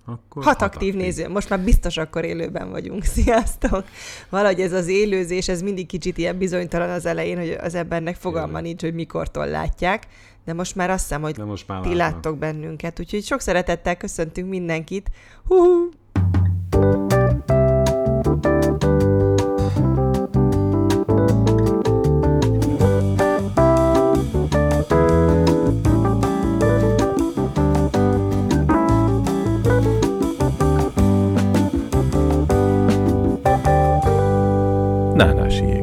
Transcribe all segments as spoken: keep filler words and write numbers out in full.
Akkor hat, hat aktív, aktív néző. Most már biztos akkor élőben vagyunk. Sziasztok! Valahogy ez az élőzés, ez mindig kicsit ilyen bizonytalan az elején, hogy az embernek fogalma nincs, hogy mikortól látják. De most már azt hiszem, hogy ti láttok bennünket. Úgyhogy sok szeretettel köszöntünk mindenkit. Hú! Nánásiék.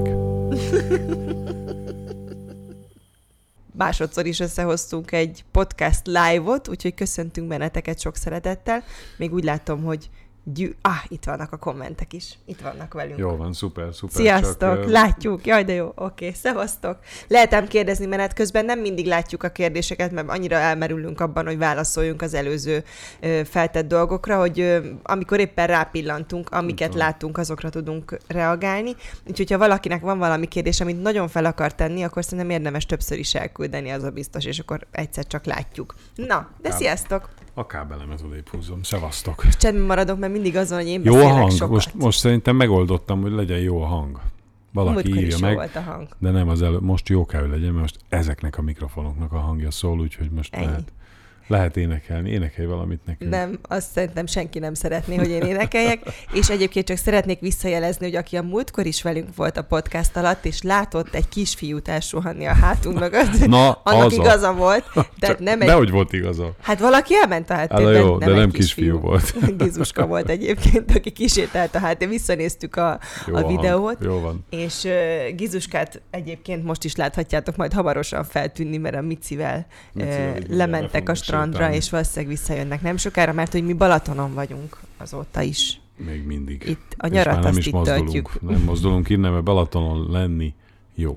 Másodszor is összehoztunk egy podcast live-ot, úgyhogy köszöntünk benneteket sok szeretettel. Még úgy látom, hogy gyű... Ah, itt vannak a kommentek is. Itt vannak velünk. Jó van, szuper, szuper. Sziasztok, csak, látjuk. Jaj, de jó. Oké, okay. Szevasztok. Lehetem kérdezni menet közben, nem mindig látjuk a kérdéseket, mert annyira elmerülünk abban, hogy válaszoljunk az előző ö, feltett dolgokra, hogy ö, amikor éppen rápillantunk, amiket Tudom. látunk, azokra tudunk reagálni. Úgyhogy ha valakinek van valami kérdés, amit nagyon fel akar tenni, akkor szerintem érdemes többször is elküldeni, az a biztos, és akkor egyszer csak látjuk. Na, de Káb- sziasztok! A kábelemet odébb húzom. Szevasztok. Csendben maradok, mert mindig az van, hogy én jó beszélek a hang. sokat. Most, most szerintem megoldottam, hogy legyen jó a hang. Valaki Múltkor írja is meg. Jó volt a hang. De nem az elő. Most jó kell, hogy legyen, mert most ezeknek a mikrofonoknak a hangja szól, úgyhogy most Ennyi. lehet, lehet énekelni. Énekelj valamit nekünk. Nem, azt szerintem senki nem szeretné, hogy én énekeljek. És egyébként csak szeretnék visszajelezni, hogy aki a múltkor is velünk volt a podcast alatt, és látott egy kisfiút elsuhanni a hátunk mögött, Na, annak az igaza a... volt. Tehát nem egy... Dehogy volt igaza. Hát valaki elment a háttérben, hát, jó, nem de nem kisfiú. kisfiú volt. Gizuska volt egyébként, aki kísértelt a háttérben. Visszanéztük a, jó a videót. Jó van. És uh, Gizuskát egyébként most is láthatjátok majd hamarosan feltűnni, mert a Micivel, Micivel uh, lementek a strandra, sétálni. És valószínűleg visszajönnek nem sokára, mert hogy mi Balatonon vagyunk azóta is. Még mindig. Itt a nyarat azt itt töltjük. Nem mozdulunk innen, mert Balatonon lenni jó.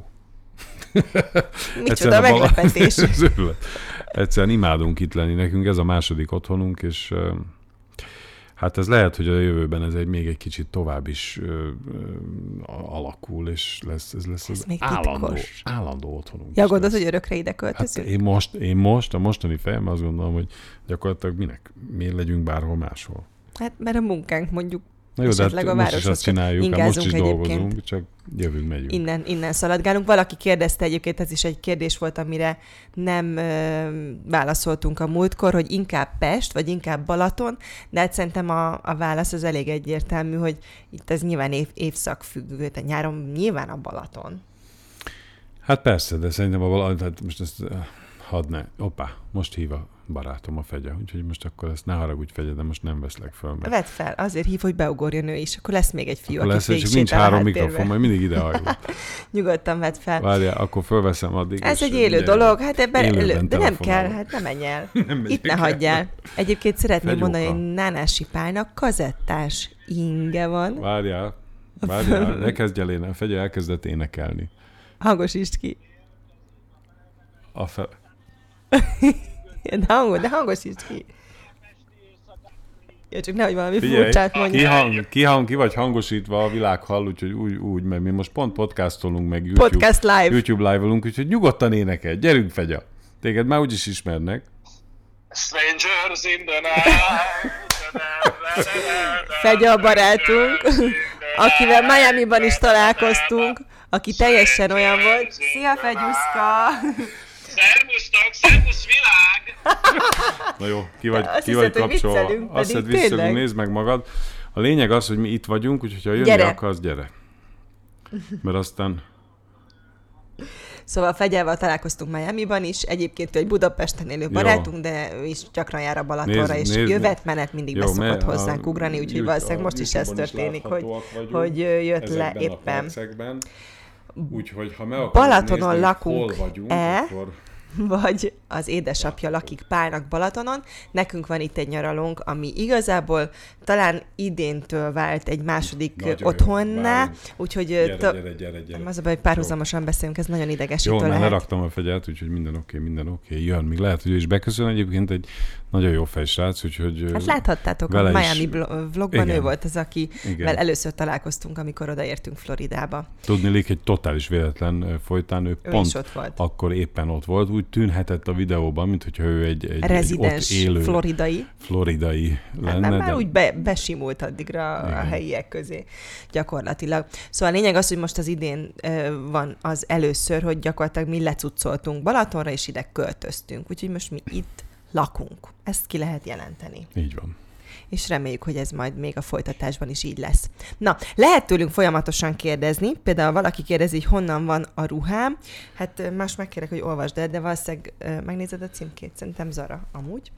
Micsoda meglepetés. Egyszerűen imádunk itt lenni. Nekünk ez a második otthonunk, és hát ez lehet, hogy a jövőben ez egy még egy kicsit tovább is ö, ö, alakul, és lesz, ez lesz ez az állandó, állandó otthonunk. Ja, gondolod, hogy örökre ide költözünk? Hát én most, én most, a mostani fejem azt gondolom, hogy gyakorlatilag minek, miért legyünk bárhol máshol. Hát mert a munkánk mondjuk. Na jó, de hát most is azt csináljuk, hát most is egyébként. dolgozunk, csak jövünk, megyünk. Innen, innen szaladgálunk. Valaki kérdezte egyébként, ez is egy kérdés volt, amire nem ö, válaszoltunk a múltkor, hogy inkább Pest, vagy inkább Balaton, de hát szerintem a, a válasz az elég egyértelmű, hogy itt ez nyilván év, évszakfüggő, tehát nyáron nyilván a Balaton. Hát persze, de szerintem a Balaton, hát most ezt hadd ne, hoppá, most hív a barátom a Fegye, úgyhogy most akkor ezt ne haragudj, Fegye, de most nem veszlek föl. Mert... Vedd fel, azért hív, hogy beugorjon ő is, akkor lesz még egy fiú, akkor aki lesz, csak nincs három mikrofon, majd mindig idehajló. Nyugodtan vedd fel. Várjál, akkor fölveszem addig. Ez egy élő dolog, hát ebben elő, de nem kell, hát nem menj el. nem Itt ne hagyjál. Egyébként szeretném mondani, hogy Nánási Pálnak kazettás inge van. Várjál, várjál, ne kezdj el énekelni, Fegye elkezdett énekelni. Hangosítsd ki. A fel... De, hangos, de hangosítsd ki. Ja, csak nehogy valami Figyelj, furcsát mondja. Ki, hang, ki, hang, ki vagy hangosítva, a világ hall, úgyhogy úgy, úgy, mert mi most pont podcastolunk, meg YouTube, Podcast live. YouTube live-olunk, úgyhogy nyugodtan énekelj. Gyerünk, Fegya. Téged már úgyis ismernek. Strangers in the night. Fegya a barátunk, akivel Miami-ban is találkoztunk, aki teljesen olyan volt. Szia, Fegyuszka! Szervusztok, szervusz világ! Na jó, ki vagy, azt ki vagy hiszed, kapcsolva. Azt hiszed, visszalunk, nézd meg magad. A lényeg az, hogy mi itt vagyunk, úgyhogy ha jönni gyere. akarsz, gyere. Mert aztán... Szóval Fegyával találkoztunk Miami-ban is, egyébként ő egy Budapesten élő barátunk, de ő is gyakran jár a Balatonra, nézd, és nézd, jövet-menet mindig jó, beszokott hozzánk ugrani, úgyhogy valószínűleg most is ez történik, hogy, hogy jött le éppen. Úgyhogy ha meg Balatonon nézni, lakunk-e, vagy az édesapja lakik Pálnak Balatonon. Nekünk van itt egy nyaralónk, ami igazából talán idéntől vált egy második nagyon otthonná, úgyhogy gyere, ta... gyere, gyere, gyere. az a baj, hogy párhuzamosan beszélünk, ez nagyon idegesítő jó, lehet. Jó, mert leraktam a Fegyát, úgyhogy minden oké, okay, minden oké, okay. Jön. Még lehet, hogy ő is beköszön, egyébként egy nagyon jó fejsrác, úgyhogy... Hát láthattátok, a Miami is... vlogban igen. Ő volt az, akivel először találkoztunk, amikor odaértünk Floridába. Tudniillik, egy totális véletlen folytán, ő, ő pont ott volt. Akkor éppen ott volt, úgy úgy tűnhetett a videóban, mint hogyha ő egy, egy, rezidens egy ott élő floridai. floridai lenne. Hát már de... úgy be, besimult addigra a, a helyiek közé gyakorlatilag. Szóval a lényeg az, hogy most az idén uh, van az először, hogy gyakorlatilag mi lecuccoltunk Balatonra, és ide költöztünk. Úgyhogy most mi itt lakunk. Ezt ki lehet jelenteni. Így van. És reméljük, hogy ez majd még a folytatásban is így lesz. Na, lehet tőlünk folyamatosan kérdezni, például valaki kérdezi, hogy honnan van a ruhám, hát más megkérek, hogy olvasd el, de valószínűleg megnézed a címkét, szerintem Zara amúgy.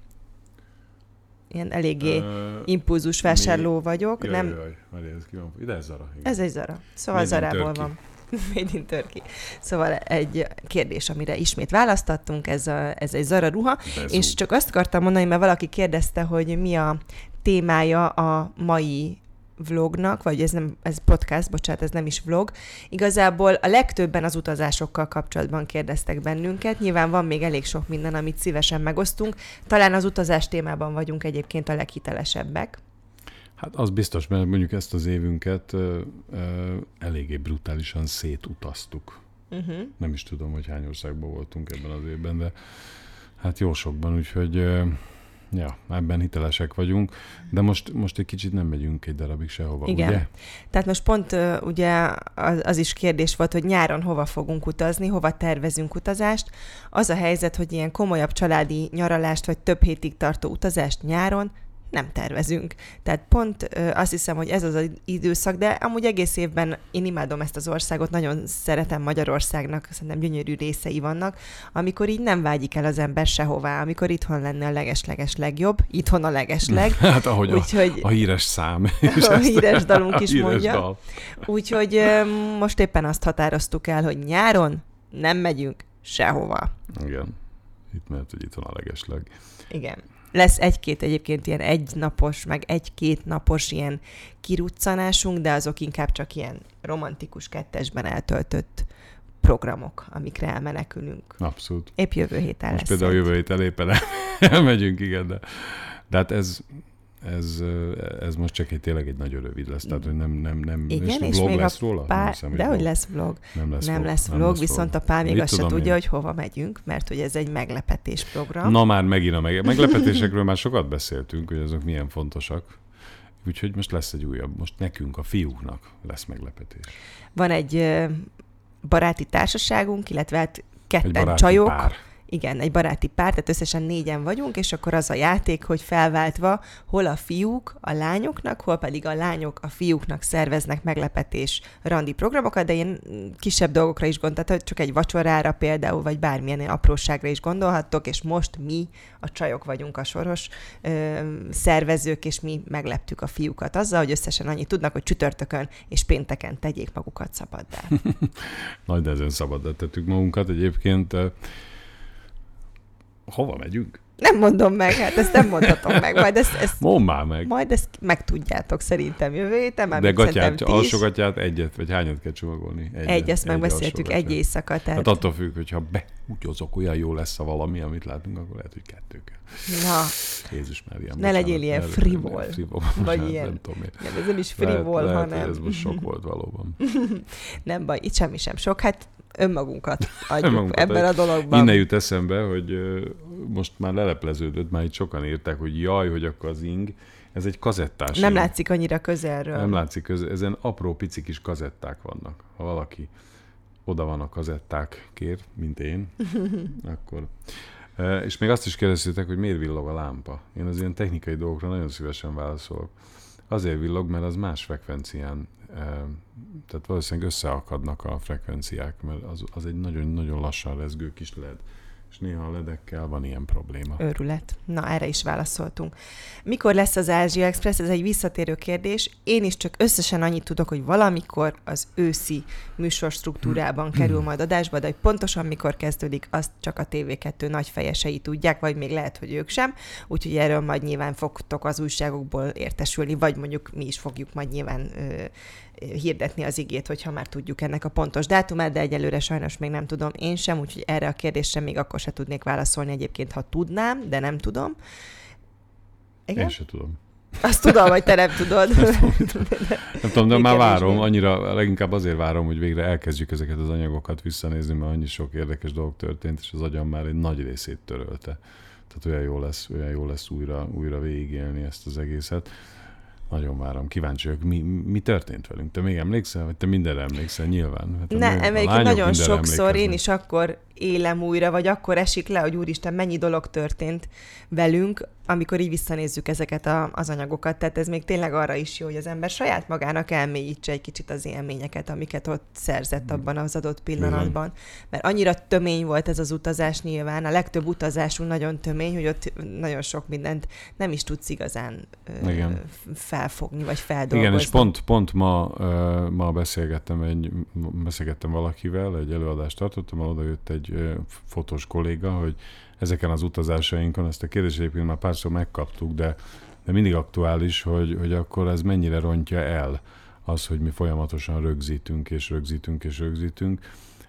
Ilyen eléggé uh, impulzus vásárló mi? vagyok. Jaj, nem... jaj, jaj, ez ki van? Ide ez Zara. Igen. Ez egy Zara. Szóval Made Zarából van. Made in Turkey. Szóval egy kérdés, amire ismét választattunk, ez, a, ez egy Zara ruha, Bezú. És csak azt akartam mondani, mert valaki kérdezte, hogy mi a témája a mai vlognak, vagy ez nem, ez podcast, bocsánat, ez nem is vlog. Igazából a legtöbben az utazásokkal kapcsolatban kérdeztek bennünket. Nyilván van még elég sok minden, amit szívesen megosztunk. Talán az utazás témában vagyunk egyébként a leghitelesebbek. Hát az biztos, mert mondjuk ezt az évünket ö, ö, eléggé brutálisan szétutaztuk. Uh-huh. Nem is tudom, hogy hány országban voltunk ebben az évben, de hát jó sokban, úgyhogy ö, ja, ebben hitelesek vagyunk, de most, most egy kicsit nem megyünk egy darabig sehova, igen. Ugye? Tehát most pont uh, ugye az, az is kérdés volt, hogy nyáron hova fogunk utazni, hova tervezünk utazást. Az a helyzet, hogy ilyen komolyabb családi nyaralást, vagy több hétig tartó utazást nyáron nem tervezünk. Tehát pont ö, azt hiszem, hogy ez az az időszak, de amúgy egész évben én imádom ezt az országot, nagyon szeretem Magyarországnak, szerintem gyönyörű részei vannak, amikor így nem vágyik el az ember sehová, amikor itthon lenne a leges-leges legjobb, itthon a legesleg. Hát ahogy úgy, a, hogy, a híres szám. A híres dalunk is híres mondja. Dal. Úgyhogy ö, most éppen azt határoztuk el, hogy nyáron nem megyünk sehova. Igen. Itt mert, hogy itthon a legesleg. Igen. Lesz egy-két egyébként ilyen egynapos, meg egy-két napos ilyen kiruccanásunk, de azok inkább csak ilyen romantikus kettesben eltöltött programok, amikre elmenekülünk. Abszolút. Épp jövő héten most lesz. Például jövő héten éppen elmegyünk, igen, de, de hát ez, ez, ez most csak egy, tényleg egy nagyon rövid lesz, tehát hogy nem, nem, nem igen, és és vlog még lesz a róla? Pál... Hiszem, de hogy lesz vlog. Nem lesz nem vlog. lesz vlog, nem lesz viszont vlog. a Pál még Mit azt se tudja, én? hogy hova megyünk, mert hogy ez egy meglepetés program. Na már megint a meg... meglepetésekről már sokat beszéltünk, hogy azok milyen fontosak. Úgyhogy most lesz egy újabb, most nekünk, a fiúknak lesz meglepetés. Van egy baráti társaságunk, illetve hát ketten egy csajok. Pár. Igen, egy baráti pár, tehát összesen négyen vagyunk, és akkor az a játék, hogy felváltva hol a fiúk a lányoknak, hol pedig a lányok a fiúknak szerveznek meglepetés randi programokat, de ilyen kisebb dolgokra is gondolhat, csak egy vacsorára például, vagy bármilyen apróságra is gondolhattok, és most mi a csajok vagyunk a soros ö, szervezők, és mi megleptük a fiúkat azzal, hogy összesen annyit tudnak, hogy csütörtökön és pénteken tegyék magukat szabaddá. Nagy, de ezen szabaddá tettük magunkat egyébként. Hova megyünk? Nem mondom meg, hát ezt nem mondhatom meg. Majd ezt, ezt, Mondd már meg. Majd ezt megtudjátok szerintem jövő héten. Már de gatyát, alsógatyát egyet, vagy hányat kell csomagolni? Egyet, egy, ezt megbeszéltük, egy éjszaka. Tehát... hát attól függ, hogyha beúgyozok, olyan jó lesz a valami, amit látunk, akkor lehet, hogy kettő kell. Na. Jézus Mária. Ne legyél ilyen frivol. frivol. Vagy hát, ilyen. Nem tudom én. Nem, ez nem is frivol, lehet, hanem... lehet, ez most sok volt valóban. Nem baj, itt semmi sem sok. Hát önmagunkat adjuk önmagunkat ebben a dologban. Innen jut eszembe, hogy most már lelepleződött, már itt sokan írták, hogy jaj, hogy akkor az ing, ez egy kazettás. Nem ing. látszik annyira közelről. Nem látszik közel, ezen apró pici kis kazetták vannak. Ha valaki oda van a kazettákért, mint én, akkor... És még azt is kérdeztétek, hogy miért villog a lámpa. Én az ilyen technikai dolgokra nagyon szívesen válaszolok. Azért villog, mert az más frekvencián, tehát valószínűleg összeakadnak a frekvenciák, mert az, az egy nagyon-nagyon lassan rezgő kis led. És néha a ledekkel van ilyen probléma. Őrület. Na, erre is válaszoltunk. Mikor lesz az Ázsia Express? Ez egy visszatérő kérdés. Én is csak összesen annyit tudok, hogy valamikor az őszi műsor struktúrában kerül majd adásba, de hogy pontosan mikor kezdődik, azt csak a té vé kettő nagy fejesei tudják, vagy még lehet, hogy ők sem. Úgyhogy erről majd nyilván fogtok az újságokból értesülni, vagy mondjuk mi is fogjuk majd nyilván ö, hirdetni az igét, hogyha már tudjuk ennek a pontos dátumát, de egyelőre sajnos még nem tudom én sem, úgyhogy erre a kérdésre még akkor se tudnék válaszolni egyébként, ha tudnám, de nem tudom. Igen? Én se tudom. Azt tudom, hogy te nem tudod. Nem tudom, de már várom, annyira, leginkább azért várom, hogy végre elkezdjük ezeket az anyagokat visszanézni, mert annyi sok érdekes dolog történt, és az agyam már egy nagy részét törölte. Tehát olyan jó lesz, olyan jó lesz újra, újra végigélni ezt az egészet. Nagyon várom, kíváncsi vagyok, mi, mi történt velünk. Te még emlékszel? Vagy te mindenre emlékszel nyilván? Hát ne, egyébként nagyon sokszor én is akkor élem újra, vagy akkor esik le, hogy úristen, mennyi dolog történt velünk, amikor így visszanézzük ezeket a, az anyagokat. Tehát ez még tényleg arra is jó, hogy az ember saját magának elmélyítse egy kicsit az élményeket, amiket ott szerzett abban az adott pillanatban. Mert annyira tömény volt ez az utazás nyilván, a legtöbb utazásunk nagyon tömény, hogy ott nagyon sok mindent nem is tudsz igazán ö, felfogni, vagy feldolgozni. Igen, és pont, pont ma, uh, ma beszélgettem, egy, beszélgettem valakivel, egy előadást tartottam, oda jött egy uh, fotós kolléga, hogy ezeken az utazásainkon, ezt a kérdést egyébként már párszor megkaptuk, de, de mindig aktuális, hogy, hogy akkor ez mennyire rontja el az, hogy mi folyamatosan rögzítünk, és rögzítünk, és rögzítünk.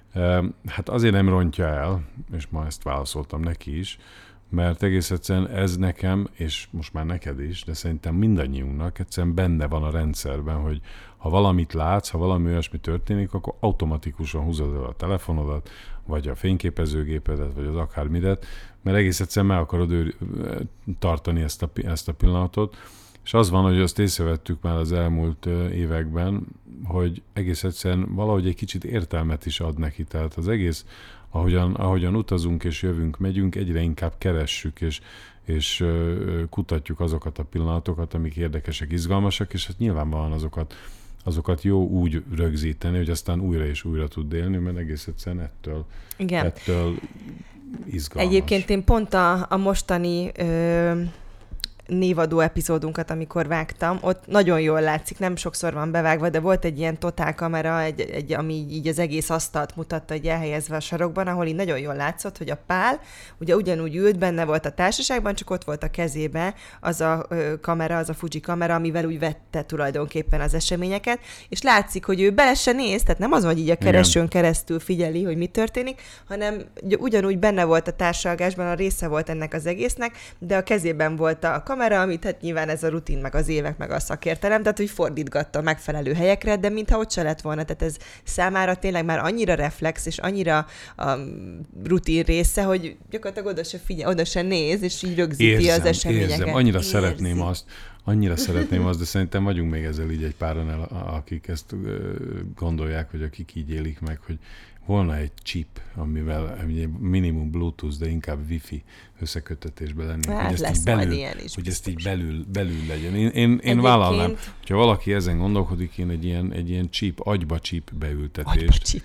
Hát azért nem rontja el, és ma ezt válaszoltam neki is, mert egész egyszerűen ez nekem, és most már neked is, de szerintem mindannyiunknak egyszerűen benne van a rendszerben, hogy ha valamit látsz, ha valami olyasmi történik, akkor automatikusan húzod el a telefonodat, vagy a fényképezőgépedet, vagy az akármidet, mert egész egyszerűen meg akarod ő, tartani ezt a, ezt a pillanatot, és az van, hogy azt észrevettük már az elmúlt években, hogy egész egyszerűen valahogy egy kicsit értelmet is ad neki, tehát az egész, ahogyan, ahogyan utazunk és jövünk, megyünk, egyre inkább keressük, és, és kutatjuk azokat a pillanatokat, amik érdekesek, izgalmasak, és hát nyilvánvalóan azokat azokat jó úgy rögzíteni, hogy aztán újra és újra tud élni, mert egész egyszerűen ettől, Igen. ettől izgalmas. Egyébként én pont a, a mostani ö, névadó epizódunkat, amikor vágtam, ott nagyon jól látszik, nem sokszor van bevágva, de volt egy ilyen totál kamera, egy, egy, ami így az egész asztalt mutatta, egy elhelyezve a sarokban, ahol így nagyon jól látszott, hogy a Pál ugye ugyanúgy ült, benne volt a társaságban, csak ott volt a kezébe az a ö, kamera, az a Fuji kamera, amivel úgy vette tulajdonképpen az eseményeket, és látszik, hogy ő bele se néz, tehát nem az, hogy így a keresőn Igen. keresztül figyeli, hogy mi történik, hanem ugyanúgy benne volt a társalgásban, a része volt ennek az egésznek, de a kezében volt a kamera, amit hát nyilván ez a rutin, meg az évek, meg a szakértelem, tehát hogy fordítgatta a megfelelő helyekre, de mintha ott se lett volna, tehát ez számára tényleg már annyira reflex, és annyira a rutin része, hogy gyakorlatilag oda se figyel, oda se néz, és így rögzíti érzem, az eseményeket. Érzem, annyira Érzi. szeretném azt, annyira szeretném azt, de szerintem vagyunk még ezzel így egy páran, el, akik ezt gondolják, vagy akik így élik meg, hogy volna egy chip, amivel minimum Bluetooth, de inkább Wi-Fi összekötetésben lennénk. Hát hogy lesz ezt így belül, majd ilyen is. hogy ezt így belül, belül legyen. Én, én, én vállalnám, hogyha valaki ezen gondolkodik, én egy ilyen, egy ilyen chip, agyba chip beültetést. Agyba chip.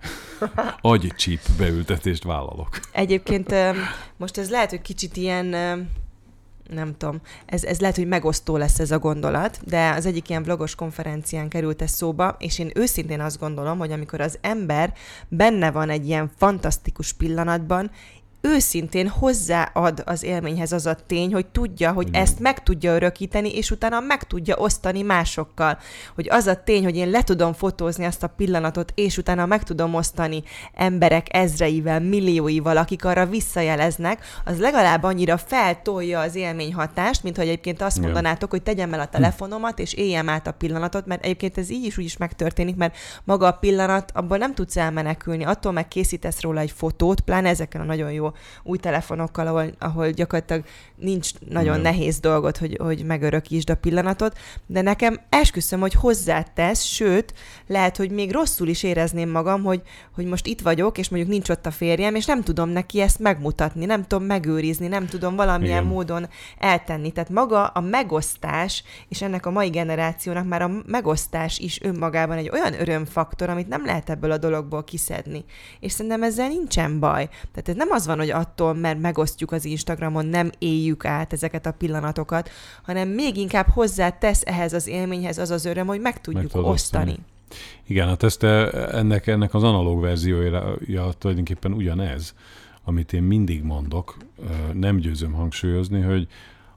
Agy chip beültetést vállalok. Egyébként most ez lehet, hogy kicsit ilyen... nem tudom, ez, ez lehet, hogy megosztó lesz ez a gondolat, de az egyik ilyen vlogos konferencián került ez szóba, és én őszintén azt gondolom, hogy amikor az ember benne van egy ilyen fantasztikus pillanatban, őszintén hozzáad az élményhez az a tény, hogy tudja, hogy Igen. ezt meg tudja örökíteni, és utána meg tudja osztani másokkal. Hogy az a tény, hogy én le tudom fotózni azt a pillanatot, és utána meg tudom osztani emberek ezreivel, millióival, akik arra visszajeleznek, az legalább annyira feltolja az élményhatást, mint hogy egyébként azt Igen. mondanátok, hogy tegyem el a telefonomat, és éljem át a pillanatot, mert egyébként ez így is úgy is megtörténik, mert maga a pillanat, abból nem tudsz elmenekülni, attól meg készítesz róla egy fotót, pláne ezeken a nagyon jó új telefonokkal, ahol, ahol gyakorlatilag nincs nagyon Nem. nehéz dolgot, hogy, hogy megörökítsd a pillanatot, de nekem esküszöm, hogy hozzátesz, sőt, lehet, hogy még rosszul is érezném magam, hogy, hogy most itt vagyok, és mondjuk nincs ott a férjem, és nem tudom neki ezt megmutatni, nem tudom megőrizni, nem tudom valamilyen Igen. módon eltenni. Tehát maga a megosztás, és ennek a mai generációnak már a megosztás is önmagában egy olyan örömfaktor, amit nem lehet ebből a dologból kiszedni. És szerintem ezzel nincsen baj. Tehát ez nem az van, hogy attól, mert megosztjuk az Instagramon, nem éljük át ezeket a pillanatokat, hanem még inkább hozzátesz ehhez az élményhez az az öröm, hogy meg tudjuk meg osztani. osztani. Igen, hát ezt ennek, ennek az analóg verziója tulajdonképpen ugyanez, amit én mindig mondok, nem győzöm hangsúlyozni, hogy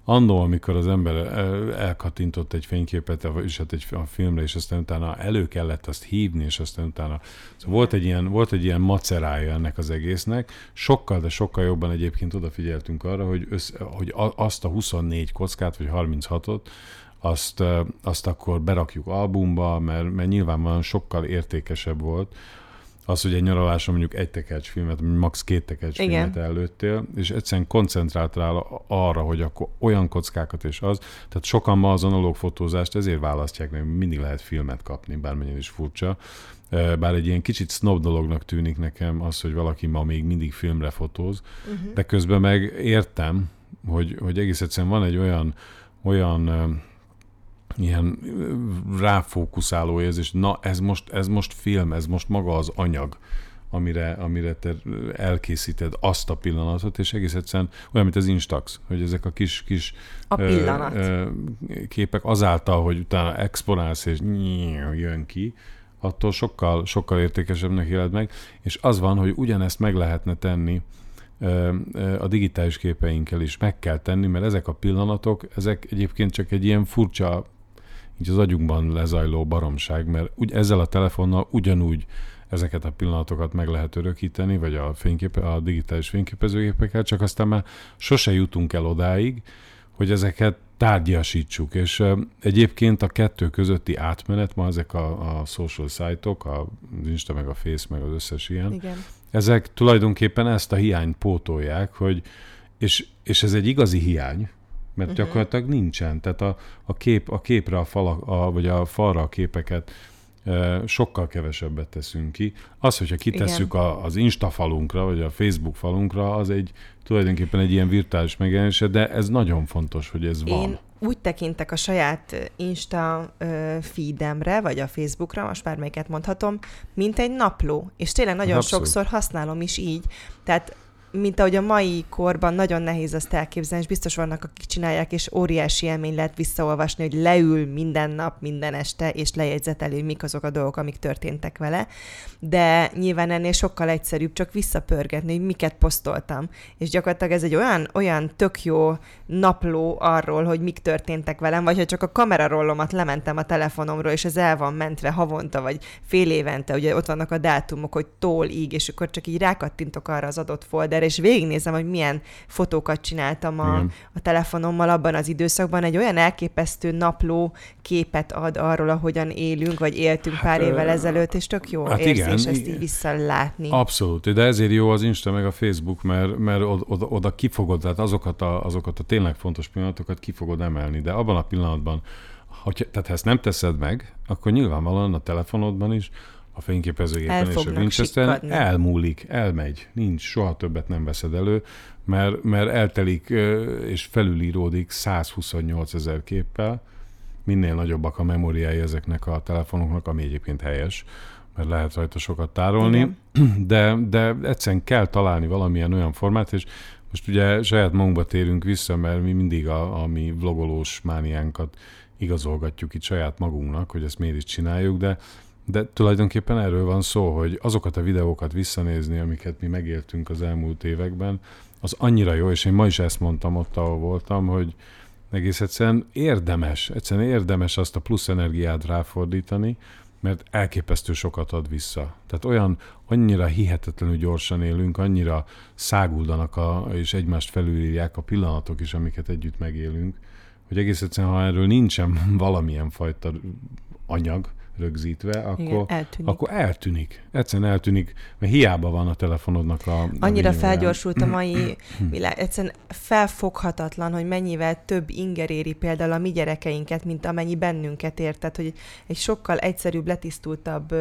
annó, amikor az ember elkattintott egy fényképet, és hát egy a filmre, és aztán utána elő kellett azt hívni, és aztán utána... Szóval volt egy ilyen, volt egy ilyen macerája ennek az egésznek. Sokkal, de sokkal jobban egyébként odafigyeltünk arra, hogy, össze, hogy azt a huszonnégy kockát, vagy harminchatot, azt, azt akkor berakjuk albumba, mert, mert nyilvánvalóan sokkal értékesebb volt az, hogy egy nyaraláson mondjuk egy tekercs filmet, max. két tekercs filmet előttél, és egyszerűen koncentráltál arra, hogy akkor olyan kockákat és az, tehát sokan ma az analóg fotózást ezért választják, mert mindig lehet filmet kapni, bármennyire is furcsa. Bár egy ilyen kicsit snob dolognak tűnik nekem az, hogy valaki ma még mindig filmre fotóz, uh-huh. de közben meg értem, hogy, hogy egész egyszerűen van egy olyan, olyan ilyen ráfókuszáló érzés, na ez most, ez most film, ez most maga az anyag, amire, amire te elkészíted azt a pillanatot, és egész egyszerűen olyan, mint az Instax, hogy ezek a kis, kis a pillanat. Ö, ö, képek azáltal, hogy utána exponálsz, és jön ki, attól sokkal, sokkal értékesebbnek éled meg, és az van, hogy ugyanezt meg lehetne tenni a digitális képeinkkel is, meg kell tenni, mert ezek a pillanatok, ezek egyébként csak egy ilyen furcsa, így az agyunkban lezajló baromság, mert úgy ezzel a telefonnal ugyanúgy ezeket a pillanatokat meg lehet örökíteni, vagy a, fényképe, a digitális fényképezőgépekkel, csak aztán már sose jutunk el odáig, hogy ezeket tárgyasítsuk, és uh, egyébként a kettő közötti átmenet, ma ezek a, a social site-ok, az Insta, meg a Face, meg az összes ilyen, igen. Ezek tulajdonképpen ezt a hiányt pótolják, hogy, és, és ez egy igazi hiány, mert uh-huh. gyakorlatilag nincsen. Tehát a, a, kép, a képre, a fala, a, vagy a falra a képeket e, sokkal kevesebbet teszünk ki. Az, hogyha kitesszük a, az Insta falunkra, vagy a Facebook falunkra, az egy tulajdonképpen egy ilyen virtuális megjelenése, de ez nagyon fontos, hogy ez Én van. úgy tekintek a saját Insta feedemre, vagy a Facebookra, most bármelyiket mondhatom, mint egy napló. És tényleg nagyon Abszolút. sokszor használom is így. Tehát mint ahogy a mai korban nagyon nehéz azt elképzelni, és biztos vannak, akik csinálják, és óriási élmény lehet visszaolvasni, hogy leül minden nap, minden este, és lejegyzeteli, hogy mik azok a dolgok, amik történtek vele. De nyilván ennél sokkal egyszerűbb csak visszapörgetni, hogy miket posztoltam. És gyakorlatilag ez egy olyan, olyan tök jó napló arról, hogy mik történtek velem, vagy ha csak a kamerarollomat lementem a telefonomról, és ez el van mentve havonta, vagy fél évente, ugye ott vannak a dátumok, hogy tól, íg, és akkor csak így rákattintok arra az adott folder, és végignézem, hogy milyen fotókat csináltam a, a telefonommal abban az időszakban. Egy olyan elképesztő napló képet ad arról, ahogyan élünk, vagy éltünk hát, pár évvel ezelőtt, és tök jó hát érzés igen, ezt így visszalátni. Abszolút, de ezért jó az Insta meg a Facebook, mert, mert oda, oda kifogod, tehát azokat a, azokat a tényleg fontos pillanatokat ki fogod emelni, de abban a pillanatban, hogy, tehát ha ezt nem teszed meg, akkor nyilvánvalóan a telefonodban is, a fényképezőgépen és a Winchesteren elmúlik, elmegy, nincs, soha többet nem veszed elő, mert, mert eltelik és felülíródik százhuszonnyolc ezer képpel, minél nagyobbak a memóriái ezeknek a telefonoknak, ami egyébként helyes, mert lehet rajta sokat tárolni, de, de egyszerűen kell találni valamilyen olyan formát, és most ugye saját magunkba térünk vissza, mert mi mindig a, a mi vlogolós mániánkat igazolgatjuk itt saját magunknak, hogy ezt miért is csináljuk, de De tulajdonképpen erről van szó, hogy azokat a videókat visszanézni, amiket mi megéltünk az elmúlt években, az annyira jó, és én ma is ezt mondtam ott, ahol voltam, hogy egész egyszerűen érdemes, egyszerűen érdemes azt a plusz energiát ráfordítani, mert elképesztő sokat ad vissza. Tehát olyan, annyira hihetetlenül gyorsan élünk, annyira száguldanak a, és egymást felülírják a pillanatok is, amiket együtt megélünk, hogy egész egyszerűen, ha erről nincsen valamilyen fajta anyag, rögzítve, akkor, igen, eltűnik. akkor eltűnik. Egyszerűen eltűnik, mert hiába van a telefonodnak a... Annyira a felgyorsult a mai világ. Egyszerűen felfoghatatlan, hogy mennyivel több inger éri például a mi gyerekeinket, mint amennyi bennünket ért. Tehát, hogy egy sokkal egyszerűbb, letisztultabb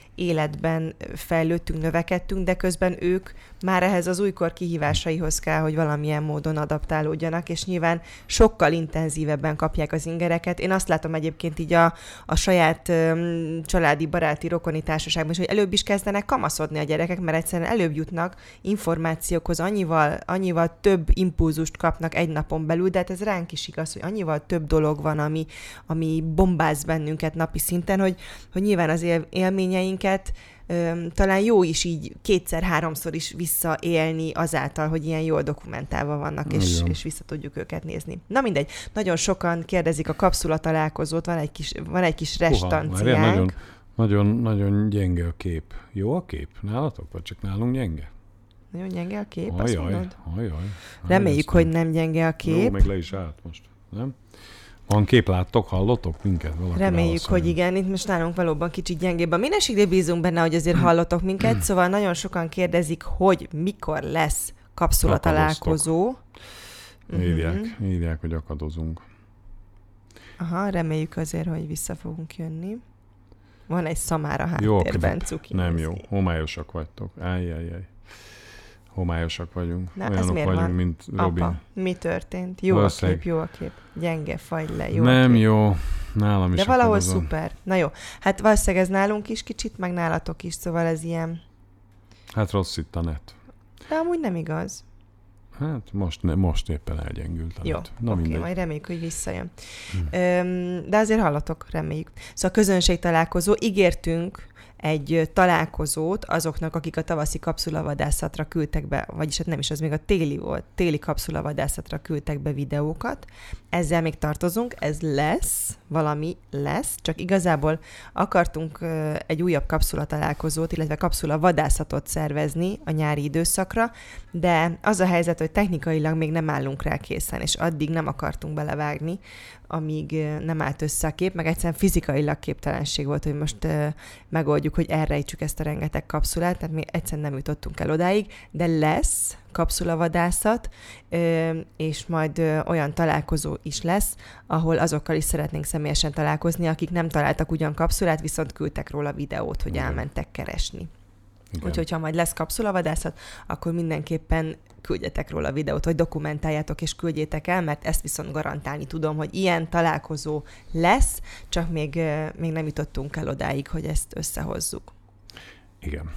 életben fejlődtünk, növekedtünk, de közben ők már ehhez az újkor kihívásaihoz kell, hogy valamilyen módon adaptálódjanak, és nyilván sokkal intenzívebben kapják az ingereket. Én azt látom egyébként így a, a saját um, családi, baráti, rokoni társaságban is, hogy előbb is kezdenek kamaszodni a gyerekek, mert egyszerűen előbb jutnak információkhoz, annyival, annyival több impulzust kapnak egy napon belül, de hát ez ránk is igaz, hogy annyival több dolog van, ami, ami bombáz bennünket napi szinten, hogy, hogy nyilván az él, élményeinket öm, talán jó is így kétszer-háromszor is visszaélni azáltal, hogy ilyen jól dokumentálva vannak, és, és vissza tudjuk őket nézni. Na mindegy, nagyon sokan kérdezik a kapszula találkozót, van egy kis, van egy kis restanciánk. Nagyon, nagyon, nagyon gyenge a kép. Jó a kép? Nálatok? Vagy csak nálunk gyenge? Nagyon gyenge a kép, ajaj, azt mondod? Ajaj, Reméljük, hogy nem gyenge a kép. Jó, meg le is állt most, nem? Van kép, láttok, hallotok minket? Valaki Reméljük, hogy igen. Itt most nálunk valóban kicsit gyengébb. A minőségre bízunk benne, hogy azért hallotok minket, szóval nagyon sokan kérdezik, hogy mikor lesz kapszula találkozó. Írják, uh-huh. írják, hogy akadozunk. Aha, reméljük azért, hogy vissza fogunk jönni. Van egy szamár a háttérben, cuki. Nem jó, homályosak vagytok. Ájjájjáj. Homályosak vagyunk. Na, olyanok vagyunk, van? Mint Robin. Apa, mi történt? Jó a kép, jó a kép. Gyenge, fagy le, jó Nem a kép. jó. Nálam is. De valahol akadozom. szuper. Na jó. Hát valószínűleg ez nálunk is kicsit, meg nálatok is, szóval ez ilyen... Hát rossz itt a net. De amúgy nem igaz. Hát most, ne, most éppen elgyengült a Jó, net. Na oké, mindegy. majd reméljük, hogy visszajön. Hm. Öm, de azért hallatok, reméljük. Szóval közönség találkozó, ígértünk egy találkozót azoknak, akik a tavaszi kapszulavadászatra küldtek be, vagyis hát nem is, az még a téli volt, téli kapszulavadászatra küldtek be videókat. Ezzel még tartozunk, ez lesz, valami lesz, csak igazából akartunk egy újabb kapszulatalálkozót, illetve kapszulavadászatot szervezni a nyári időszakra, de az a helyzet, hogy technikailag még nem állunk rá készen, és addig nem akartunk belevágni, amíg nem állt össze a kép, meg egyszerűen fizikailag képtelenség volt, hogy most uh, megoldjuk, hogy elrejtsük ezt a rengeteg kapszulát, tehát mi egyszerűen nem jutottunk el odáig, de lesz kapszulavadászat, uh, és majd uh, olyan találkozó is lesz, ahol azokkal is szeretnénk személyesen találkozni, akik nem találtak ugyan kapszulát, viszont küldtek róla videót, hogy elmentek keresni. Úgyhogy ha majd lesz kapszulavadászat, akkor mindenképpen küldjetek róla videót, vagy dokumentáljátok és küldjétek el, mert ezt viszont garantálni tudom, hogy ilyen találkozó lesz, csak még, még nem jutottunk el odáig, hogy ezt összehozzuk. Igen.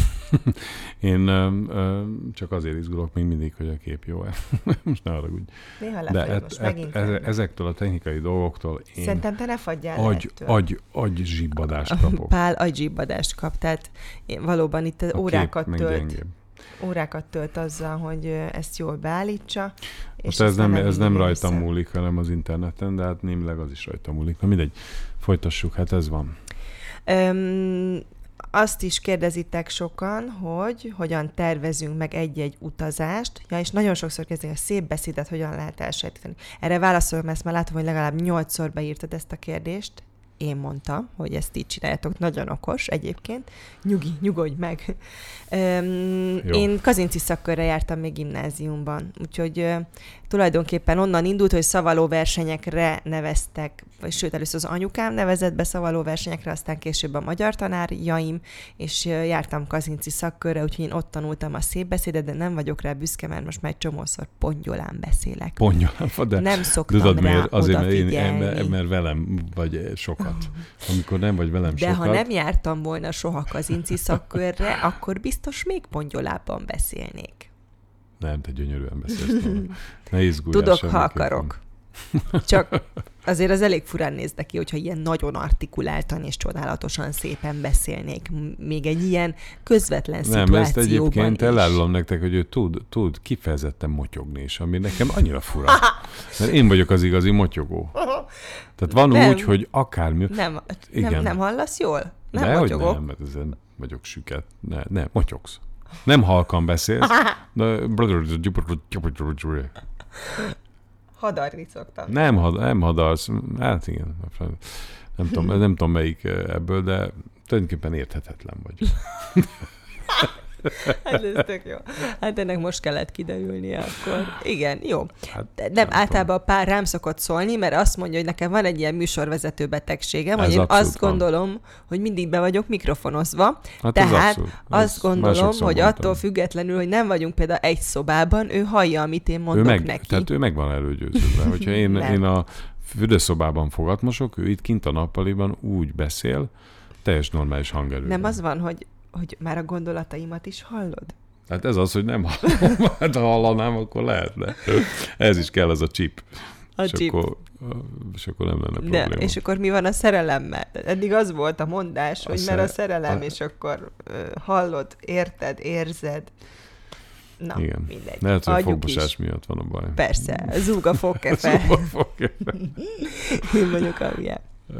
Én ö, ö, csak azért izgulok még mindig, hogy a kép jó-e. Most ne haragudj. Néha lefagy, most et, megint. Et, ezektől a technikai dolgoktól én Szerintem te ne fagyjál agy, agy, agy zsibbadást kapok. Pál agyzsibbadást kap, tehát én valóban itt a órákat kép tölt. Órákat tölt azzal, hogy ezt jól beállítsa. Most ez nem, ez nem rajtam múlik, hanem az interneten, de hát némileg az is rajtam múlik. Na mindegy, folytassuk, hát ez van. Öm, azt is kérdezitek sokan, hogy hogyan tervezünk meg egy-egy utazást. Ja, és nagyon sokszor kérdezik, a szép beszédet hogyan lehet elsajátítani. Erre válaszolom, ezt már látom, hogy legalább nyolcszor beírtad ezt a kérdést. Én mondtam, hogy ezt így csináljátok, nagyon okos egyébként. Nyugi, nyugodj meg. Öm, én Kazinci szakkörre jártam még gimnáziumban, úgyhogy ö, tulajdonképpen onnan indult, hogy szavalóversenyekre neveztek, vagy sőt, először az anyukám nevezett be szavalóversenyekre, aztán később a magyar tanárjaim, és ö, jártam Kazinci szakkörre, úgyhogy én ott tanultam a szép beszédet, de nem vagyok rá büszke, mert most már egy csomószor pongyolán beszélek. Pongyolán, de nem szoktam tudod, rá miért? Azért, mert, én, odafigyelni. mert velem vagy sokat. Amikor nem vagy velem de sokat. De ha nem jártam volna soha Kazinci szakkörre, akkor biztos még pongyolában beszélnék. Nem, te gyönyörűen beszélsz. Ne izguljál. Tudok, ha akarok. Csak azért az elég furán néz neki, hogyha ilyen nagyon artikuláltan és csodálatosan szépen beszélnék. Még egy ilyen közvetlen szituációban Nem, ezt egyébként is. elárulom nektek, hogy ő tud, tud kifejezetten motyogni, és ami nekem annyira fura. Mert én vagyok az igazi motyogó. Tehát van nem, úgy, hogy akármi... Nem, igen. nem, nem hallasz jól? Nem de motyogok. Hogy nem, mert ezen vagyok süket. Ne, ne, motyogsz. Nem halkan beszélsz, de... Hadarni szoktam. Nem, had, nem hadarsz. Hát igen. Nem tudom, nem tudom melyik ebből, de tulajdonképpen érthetetlen vagy. Hát ez tök jó. Hát ennek most kellett kiderülnie akkor. Igen, jó. Hát, nem, nem általában a pár rám szokott szólni, mert azt mondja, hogy nekem van egy ilyen műsorvezető betegségem, ez hogy én azt van. gondolom, hogy mindig be vagyok mikrofonozva. Hát Tehát az azt gondolom, hogy mondtam. attól függetlenül, hogy nem vagyunk például egy szobában, ő hallja, amit én mondok ő meg, neki. Tehát ő meg van előgyőződve. Hogyha én, én a fürdőszobában fogatmosok, ő itt kint a nappaliban úgy beszél, teljes normális hangerőben. Nem az van, hogy hogy már a gondolataimat is hallod? Hát ez az, hogy nem hallom. Hát ha hallanám, akkor lehetne. Ez is kell, az a chip. A és chip. Akkor, és akkor nem lenne probléma. De, és akkor mi van a szerelemmel? Eddig az volt a mondás, a hogy szer... mert a szerelem, a... és akkor uh, hallod, érted, érzed. Na, igen. mindegy. Lehet, hogy a fogmosás miatt van a baj. Persze, zúg a fogkefe. Zúg a fogkefe. Én vagyok alján.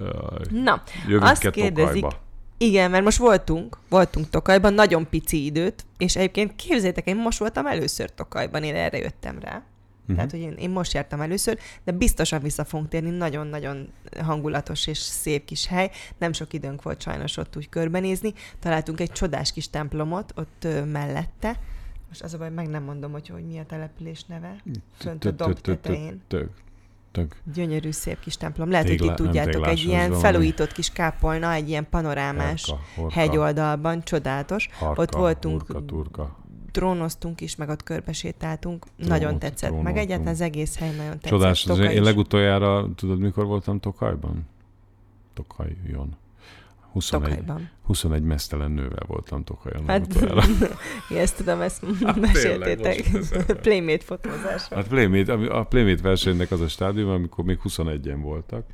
Na, jövünk azt kérdezik, Tokajba. Igen, mert most voltunk, voltunk Tokajban, nagyon pici időt, és egyébként képzeljétek, én most voltam először Tokajban, én erre jöttem rá. Uh-huh. Tehát, hogy én, én most jártam először, de biztosan vissza fogunk térni, nagyon-nagyon hangulatos és szép kis hely. Nem sok időnk volt sajnos ott úgy körbenézni. Találtunk egy csodás kis templomot ott ö, mellette. Most az a baj, meg nem mondom, hogy, hogy mi a település neve. Fönt a domb tetején. Tök. Gyönyörű, szép kis templom. Lehet, Tégla, hogy ti tudjátok, egy ilyen valami. felújított kis kápolna, egy ilyen panorámás Herka, horka, hegyoldalban, csodálatos. Harka, ott voltunk, hurka, turka. Drónoztunk is, meg ott körbesétáltunk. Drónot, nagyon tetszett. Drónoztunk. Meg egyáltalán az egész hely nagyon tetszett. Csodás. Tokaj én is. legutoljára, tudod, mikor voltam Tokajban? Tokajon. huszonegy, Tokajban. huszonegy mesztelen nővel voltam Tokajon. Hát, ezt tudom, ezt hát meséltétek. Playmate fotózásra. Hát Playmate, a Playmate versenynek az a stádium, amikor még huszonegyen voltak,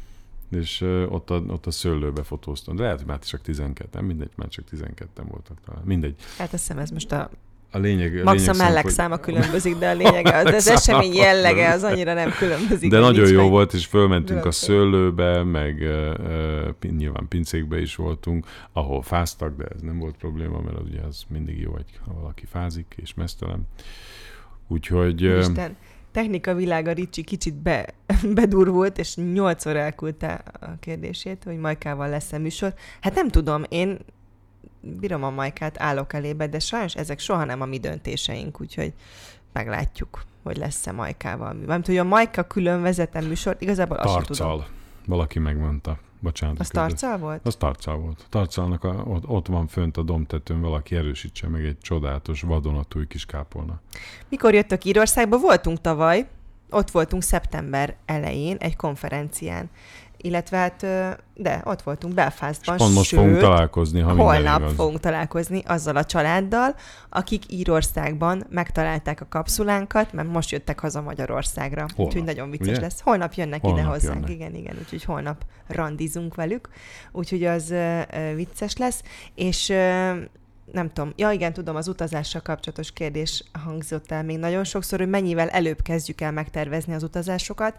és uh, ott, a, ott a szőlőbe fotóztam. De lehet, hogy már csak tizenketten, mindegy, már csak tizenketten voltak talán. Mindegy. Hát azt hiszem, ez most a A lényeg, max a mellekszáma különbözik, de a lényege, az, az esemény jellege az annyira nem különbözik. De nagyon jó meg... volt, és fölmentünk Görögtön. a szőlőbe, meg uh, uh, nyilván pincékbe is voltunk, ahol fáztak, de ez nem volt probléma, mert az ugye az mindig jó, hogy ha valaki fázik és meztelen. Úgyhogy... Uh, Isten, technika világa Ricsi kicsit be, bedurvult, és nyolcszor elküldte a kérdését, hogy Majkával lesz-e műsor. Hát nem tudom, én bírom a Majkát, állok elébe, de sajnos ezek soha nem a mi döntéseink, úgyhogy meglátjuk, hogy lesz-e Majkával. Mármint, hogy a Majka külön vezetem műsort, igazából azt sem tudom. Tarccal. Valaki megmondta. Bocsánat. Az Tarccal volt? Az Tarccal volt. Tarcalnak a, ott, ott van fönt a dombtetőn, valaki erősítse meg egy csodálatos vadonatúj kis kápolna. Mikor jöttök Írországba? Voltunk tavaly, ott voltunk szeptember elején egy konferencián. Illetve hát, de ott voltunk Belfastban, pont most sőt, fogunk találkozni, ha holnap igaz. fogunk találkozni azzal a családdal, akik Írországban megtalálták a kapszulánkat, mert most jöttek haza Magyarországra. Holnap, úgyhogy nagyon vicces ugye? Lesz. Holnap jönnek holnap ide hozzánk, jönnek. igen, igen, úgyhogy holnap randizunk velük, úgyhogy az uh, vicces lesz, és uh, nem tudom, ja igen, tudom, az utazással kapcsolatos kérdés hangzott el még nagyon sokszor, hogy mennyivel előbb kezdjük el megtervezni az utazásokat.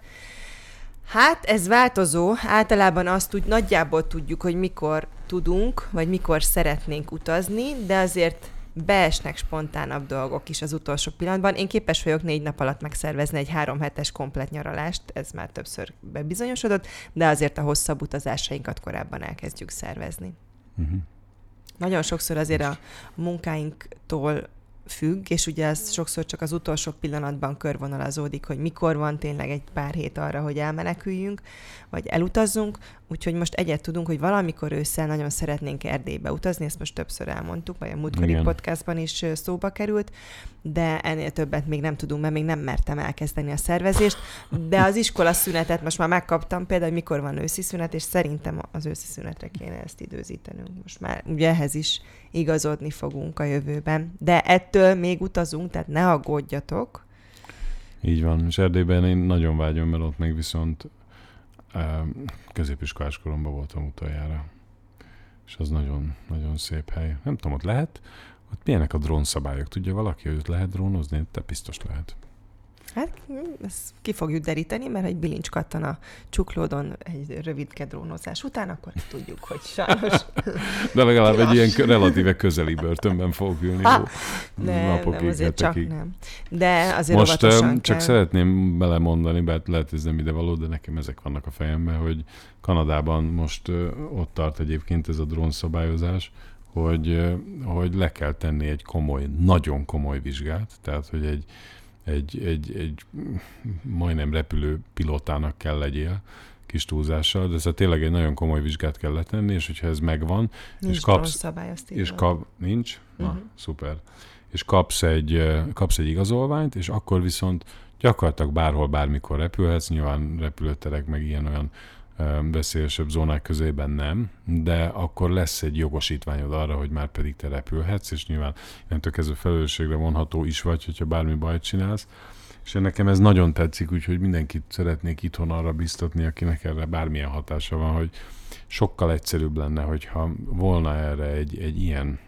Hát ez változó, általában azt úgy nagyjából tudjuk, hogy mikor tudunk, vagy mikor szeretnénk utazni, de azért beesnek spontánabb dolgok is az utolsó pillanatban. Én képes vagyok négy nap alatt megszervezni egy három hetes komplet nyaralást, ez már többször bebizonyosodott, de azért a hosszabb utazásainkat korábban elkezdjük szervezni. Uh-huh. Nagyon sokszor azért a munkáinktól függ, és ugye ez sokszor csak az utolsó pillanatban körvonalazódik, hogy mikor van tényleg egy pár hét arra, hogy elmeneküljünk, vagy elutazzunk, úgyhogy most egyet tudunk, hogy valamikor ősszel nagyon szeretnénk Erdélybe utazni, ezt most többször elmondtuk, vagy a múltkori Igen. podcastban is szóba került, de ennél többet még nem tudunk, mert még nem mertem elkezdeni a szervezést, de az iskola szünetet most már megkaptam, például, hogy mikor van őszi szünet, és szerintem az őszi szünetre kéne ezt időzítenünk. Most már ugye ehhez is igazodni fogunk a jövőben, de ettől még utazunk, tehát ne aggódjatok. Így van, és Erdélyben én nagyon vágyom, mert ott meg viszont középiskolás koromban voltam utoljára. És az nagyon, nagyon szép hely. Nem tudom, ott lehet? Ott milyenek a drónszabályok? Tudja valaki, hogy ott lehet drónozni? Te biztos lehet. Hát ezt ki fogjuk deríteni, mert egy bilincs kattan a csuklódon egy rövidke drónozás után, akkor tudjuk, hogy sajnos... De legalább egy ilyen relatíve közeli börtönben fogok ülni. Ha, nem, nem, azért csak nem. De azért most óvatosan csak kell. Szeretném belemondani, bár lehet ez nem ide való, de nekem ezek vannak a fejemben, hogy Kanadában most ott tart egyébként ez a drónszabályozás, hogy, hogy le kell tenni egy komoly, nagyon komoly vizsgát, tehát hogy egy Egy, egy, egy majdnem repülő pilótának kell legyél, kis túlzással, de ez tényleg egy nagyon komoly vizsgát kell letenni, és hogyha ez megvan, nincs és kapsz... És kap, nincs? Uh-huh. Na, szuper. És kapsz egy, kapsz egy igazolványt, és akkor viszont gyakorlatilag bárhol, bármikor repülhetsz, nyilván repülőterek meg ilyen-olyan veszélyesebb zónák közében nem, de akkor lesz egy jogosítványod arra, hogy már pedig te repülhetsz, és nyilván innentől kezdve felelősségre vonható is vagy, hogyha bármi bajt csinálsz, És nekem ez nagyon tetszik, úgyhogy mindenkit szeretnék itthon arra biztatni, akinek erre bármilyen hatása van, hogy sokkal egyszerűbb lenne, hogyha volna erre egy, egy ilyen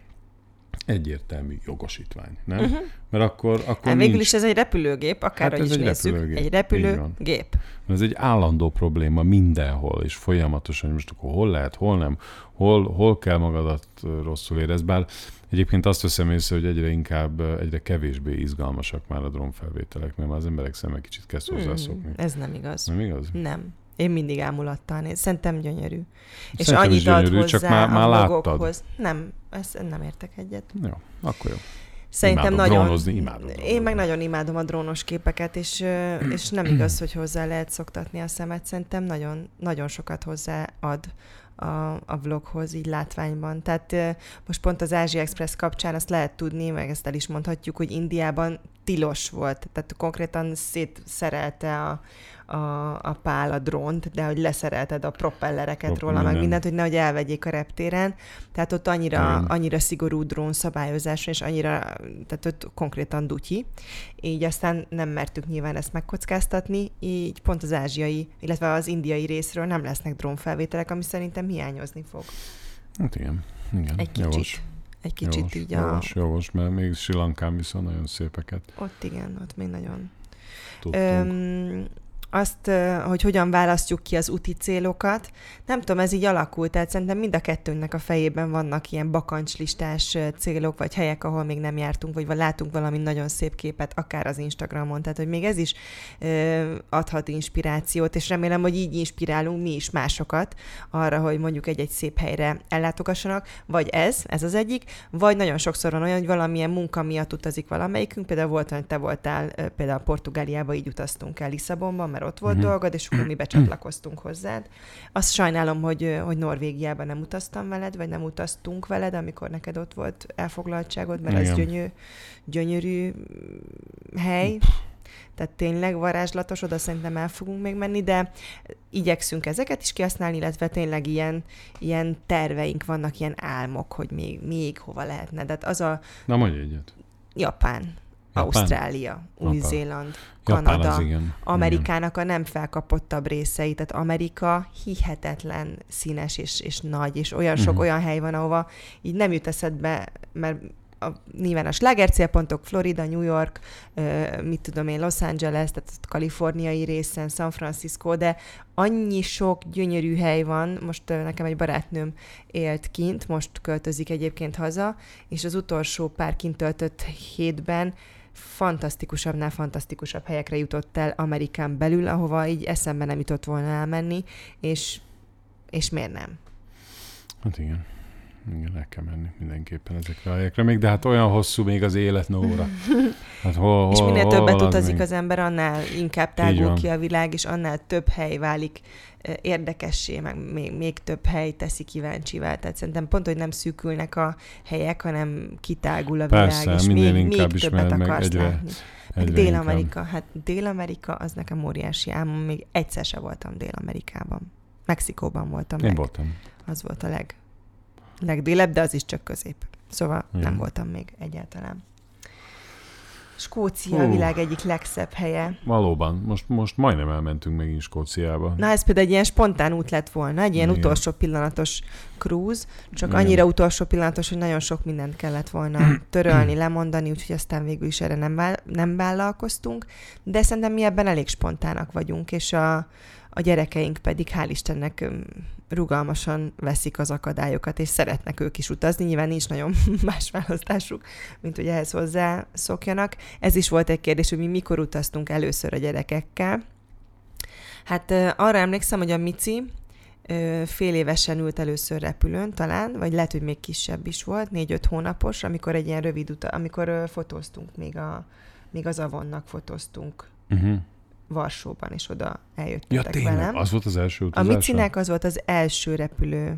egyértelmű jogosítvány, nem? Uh-huh. Mert akkor, akkor hát nincs... végül is ez egy repülőgép, akárhogy hát is egy nézzük. Repülőgép. Egy repülőgép. Ez egy állandó probléma mindenhol, és folyamatosan, most akkor hol lehet, hol nem, hol, hol kell magadat rosszul érezni, bár egyébként azt veszem észre, hogy egyre inkább, egyre kevésbé izgalmasak már a drónfelvételek, mert már az emberek szeme kicsit kezd hozzászokni. Hmm, ez nem igaz. Nem igaz? Nem. Én mindig ámulattal néz. Szerintem gyönyörű. És Szerintem annyit gyönyörű, ad hozzá csak már, már a láttad. vlogokhoz. Nem, ezt nem értek egyet. Jó, akkor jó. Szerintem imádom nagyon... drónozni, imádom drónozni. Én meg nagyon imádom a drónos képeket, és, és nem igaz, hogy hozzá lehet szoktatni a szemet. Szerintem nagyon, nagyon sokat hozzáad a, a vloghoz így látványban. Tehát most pont az Ázsia Express kapcsán azt lehet tudni, meg ezt el is mondhatjuk, hogy Indiában tilos volt. Tehát konkrétan szétszerelte a, a, a pál a drónt, de hogy leszerelted a propellereket Prop, róla, minden. meg mindent, hogy nehogy elvegyék a reptéren. Tehát ott annyira, annyira szigorú drón szabályozásra, és annyira, tehát ott konkrétan dutyi. Így aztán nem mertük nyilván ezt megkockáztatni, így pont az ázsiai, illetve az indiai részről nem lesznek drónfelvételek, ami szerintem hiányozni fog. Hát igen. igen. Egy kicsit. Jogos. Egy kicsit jogos, így jogos, a... Jogos, mert még Sri Lankán viszont nagyon szépeket. Ott igen, ott még nagyon... Tudtunk. Öm, azt, hogy hogyan választjuk ki az úti célokat, nem tudom, ez így alakult, tehát szerintem mind a kettőnknek a fejében vannak ilyen bakancslistás célok, vagy helyek, ahol még nem jártunk, vagy látunk valami nagyon szép képet, akár az Instagramon, tehát hogy még ez is ö, adhat inspirációt, és remélem, hogy így inspirálunk mi is másokat arra, hogy mondjuk egy-egy szép helyre ellátogassanak, vagy ez, ez az egyik, vagy nagyon sokszor van olyan, hogy valamilyen munka miatt utazik valamelyikünk, például volt, hogy te voltál, például Portugáliába így utaztunk el Lisszabonban, mert ott volt uh-huh. dolgod, és akkor mi becsatlakoztunk hozzád. Azt sajnálom, hogy, hogy Norvégiában nem utaztam veled, vagy nem utaztunk veled, amikor neked ott volt elfoglaltságod, mert igen. ez gyönyörű, gyönyörű hely. Tehát tényleg varázslatos, oda szerintem el fogunk még menni, de igyekszünk ezeket is kihasználni, illetve tényleg ilyen, ilyen terveink vannak, ilyen álmok, hogy még, még hova lehetne. De az a... Na, mondj egyet. Japán. Japán. Ausztrália, Új-Zéland, Japán, Kanada, igen. Amerikának a nem felkapottabb részei, tehát Amerika hihetetlen színes és, és nagy, és olyan sok uh-huh. olyan hely van, ahova így nem jut eszedbe, mert a, nyilván a slágercélpontok, Florida, New York, euh, mit tudom én, Los Angeles, tehát a kaliforniai részen, San Francisco, de annyi sok gyönyörű hely van, most euh, nekem egy barátnőm élt kint, most költözik egyébként haza, és az utolsó pár kint töltött hétben fantasztikusabbnál fantasztikusabb helyekre jutott el Amerikán belül, ahova így eszembe nem jutott volna elmenni, és, és miért nem? Hát igen. Igen, el kell menni mindenképpen ezekre a helyekre még, de hát olyan hosszú még az élet, Nóra. Hát hol, hol, és minél hol többet az utazik még? az ember, annál inkább tágul ki a világ, és annál több hely válik érdekessé, meg még, még több hely teszi kíváncsivá. Tehát szerintem pont, hogy nem szűkülnek a helyek, hanem kitágul a Persze, világ, és még, még többet akarsz egyre, látni. egyre Dél-Amerika, hát Dél-Amerika az nekem óriási álmom, még egyszer se voltam Dél-Amerikában. Mexikóban voltam. Én meg. voltam. Az volt a leg, legdélebb, de az is csak közép. Szóval Igen. nem voltam még egyáltalán. Skócia Hú. a világ egyik legszebb helye. Valóban. Most, most majdnem elmentünk megint Skóciába. Na ez például egy ilyen spontán út lett volna, egy ilyen Igen. utolsó pillanatos cruise, csak Igen. annyira utolsó pillanatos, hogy nagyon sok mindent kellett volna törölni, lemondani, úgyhogy aztán végül is erre nem, vál, nem vállalkoztunk, de szerintem mi ebben elég spontának vagyunk, és a, a gyerekeink pedig hál' Istennek rugalmasan veszik az akadályokat, és szeretnek ők is utazni. Nyilván nincs nagyon más választásuk, mint hogy ehhez hozzá szokjanak. Ez is volt egy kérdés, hogy mi mikor utaztunk először a gyerekekkel. Hát arra emlékszem, hogy a Mici fél évesen ült először repülőn talán, vagy lehet, hogy még kisebb is volt, négy-öt hónapos, amikor egy ilyen rövid uta, amikor fotóztunk, még, a, még az Avonnak fotóztunk. Uh-huh. Varsóban, és oda eljöttek ja, tényleg, velem. az volt az első utazás? A Micinek az volt az első repülő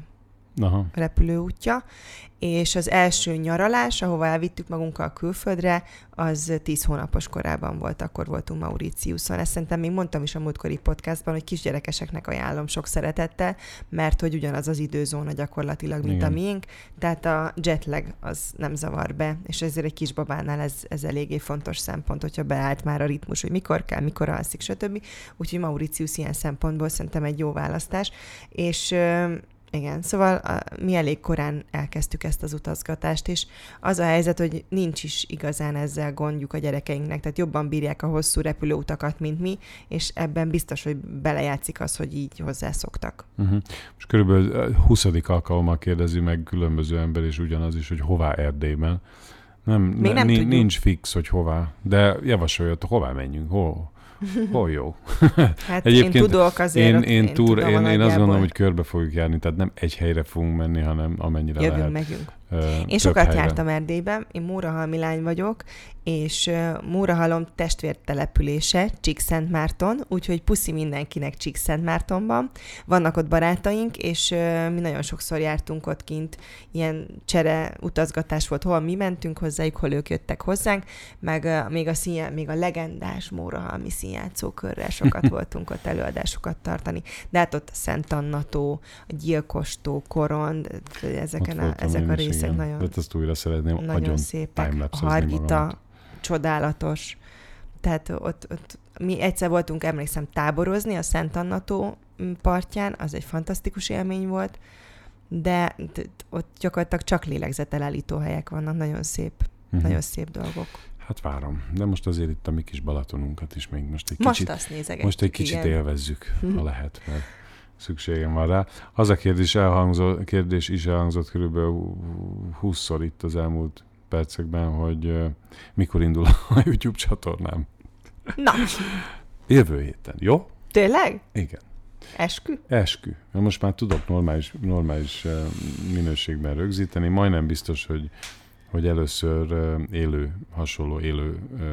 Aha. repülőútja, és az első nyaralás, ahova elvittük magunkkal külföldre, az tíz hónapos korában volt, akkor voltunk Mauritiuson. Ezt szerintem még mondtam is a múltkori podcastban, hogy kisgyerekeseknek ajánlom sok szeretettel, mert hogy ugyanaz az időzóna gyakorlatilag, mint Igen. a miénk, tehát a jetlag az nem zavar be, és ezért egy kisbabánál ez, ez eléggé fontos szempont, hogyha beállt már a ritmus, hogy mikor kell, mikor alszik, stb. Úgyhogy Mauritius ilyen szempontból szerintem egy jó választás, és igen, szóval a, mi elég korán elkezdtük ezt az utazgatást, és az a helyzet, hogy nincs is igazán ezzel gondjuk a gyerekeinknek, tehát jobban bírják a hosszú repülőutakat, mint mi, és ebben biztos, hogy belejátszik az, hogy így hozzászoktak. Uh-huh. Most körülbelül huszadik alkalommal kérdezi meg különböző ember, és ugyanaz is, hogy hová Erdélyben. Nem, Még nem nincs, tudjuk. nincs fix, hogy hová, de javasolja, hová menjünk, hol, hol jó. Hát Egyébként én tudok azért, Én, ott, én, én, túr, tudom én, én azt nagyjából. gondolom, hogy körbe fogjuk járni, tehát nem egy helyre fogunk menni, hanem amennyire Jövünk, lehet. megyünk. Ö, Én több sokat helyre. jártam Erdélyben, én Mórahalmi lány vagyok, és uh, Mórahalom testvértelepülése Csíkszentmárton, úgyhogy puszi mindenkinek Csíkszentmártonban. Vannak ott barátaink, és uh, mi nagyon sokszor jártunk ott kint, ilyen csere utazgatás volt, hol mi mentünk hozzájuk, hol ők jöttek hozzánk, meg uh, még, a színjá, még a legendás Mórahalmi színjátszókörrel sokat voltunk ott előadásokat tartani. De hát ott Szent Anna-tó, a Gyilkos-tó, Korond, ezeken a, voltam ezek én a is, részek igen. nagyon... De ezt újra szeretném Nagyon agyon szépek. A timelapsezni Hargita magamat. csodálatos. Tehát ott, ott mi egyszer voltunk, emlékszem, táborozni a Szent Anna-tó partján, az egy fantasztikus élmény volt, de ott gyakorlatilag csak lélegzetelállító helyek vannak, nagyon szép, Uh-huh. nagyon szép dolgok. Hát várom. De most azért itt a mi kis Balatonunkat is még most egy Most kicsit, azt nézegetjük, most egy kicsit igen. élvezzük, ha lehet, mert szükségem van rá. Az a kérdés, elhangzott, kérdés is elhangzott körülbelül húszszor itt az elmúlt percekben, hogy uh, mikor indul a YouTube csatornám. Na, Jövő héten, jó? tényleg? Igen. Eskü? Eskü. Na most már tudok normális, normális uh, minőségben rögzíteni. Majdnem biztos, hogy, hogy először uh, élő, hasonló élő uh,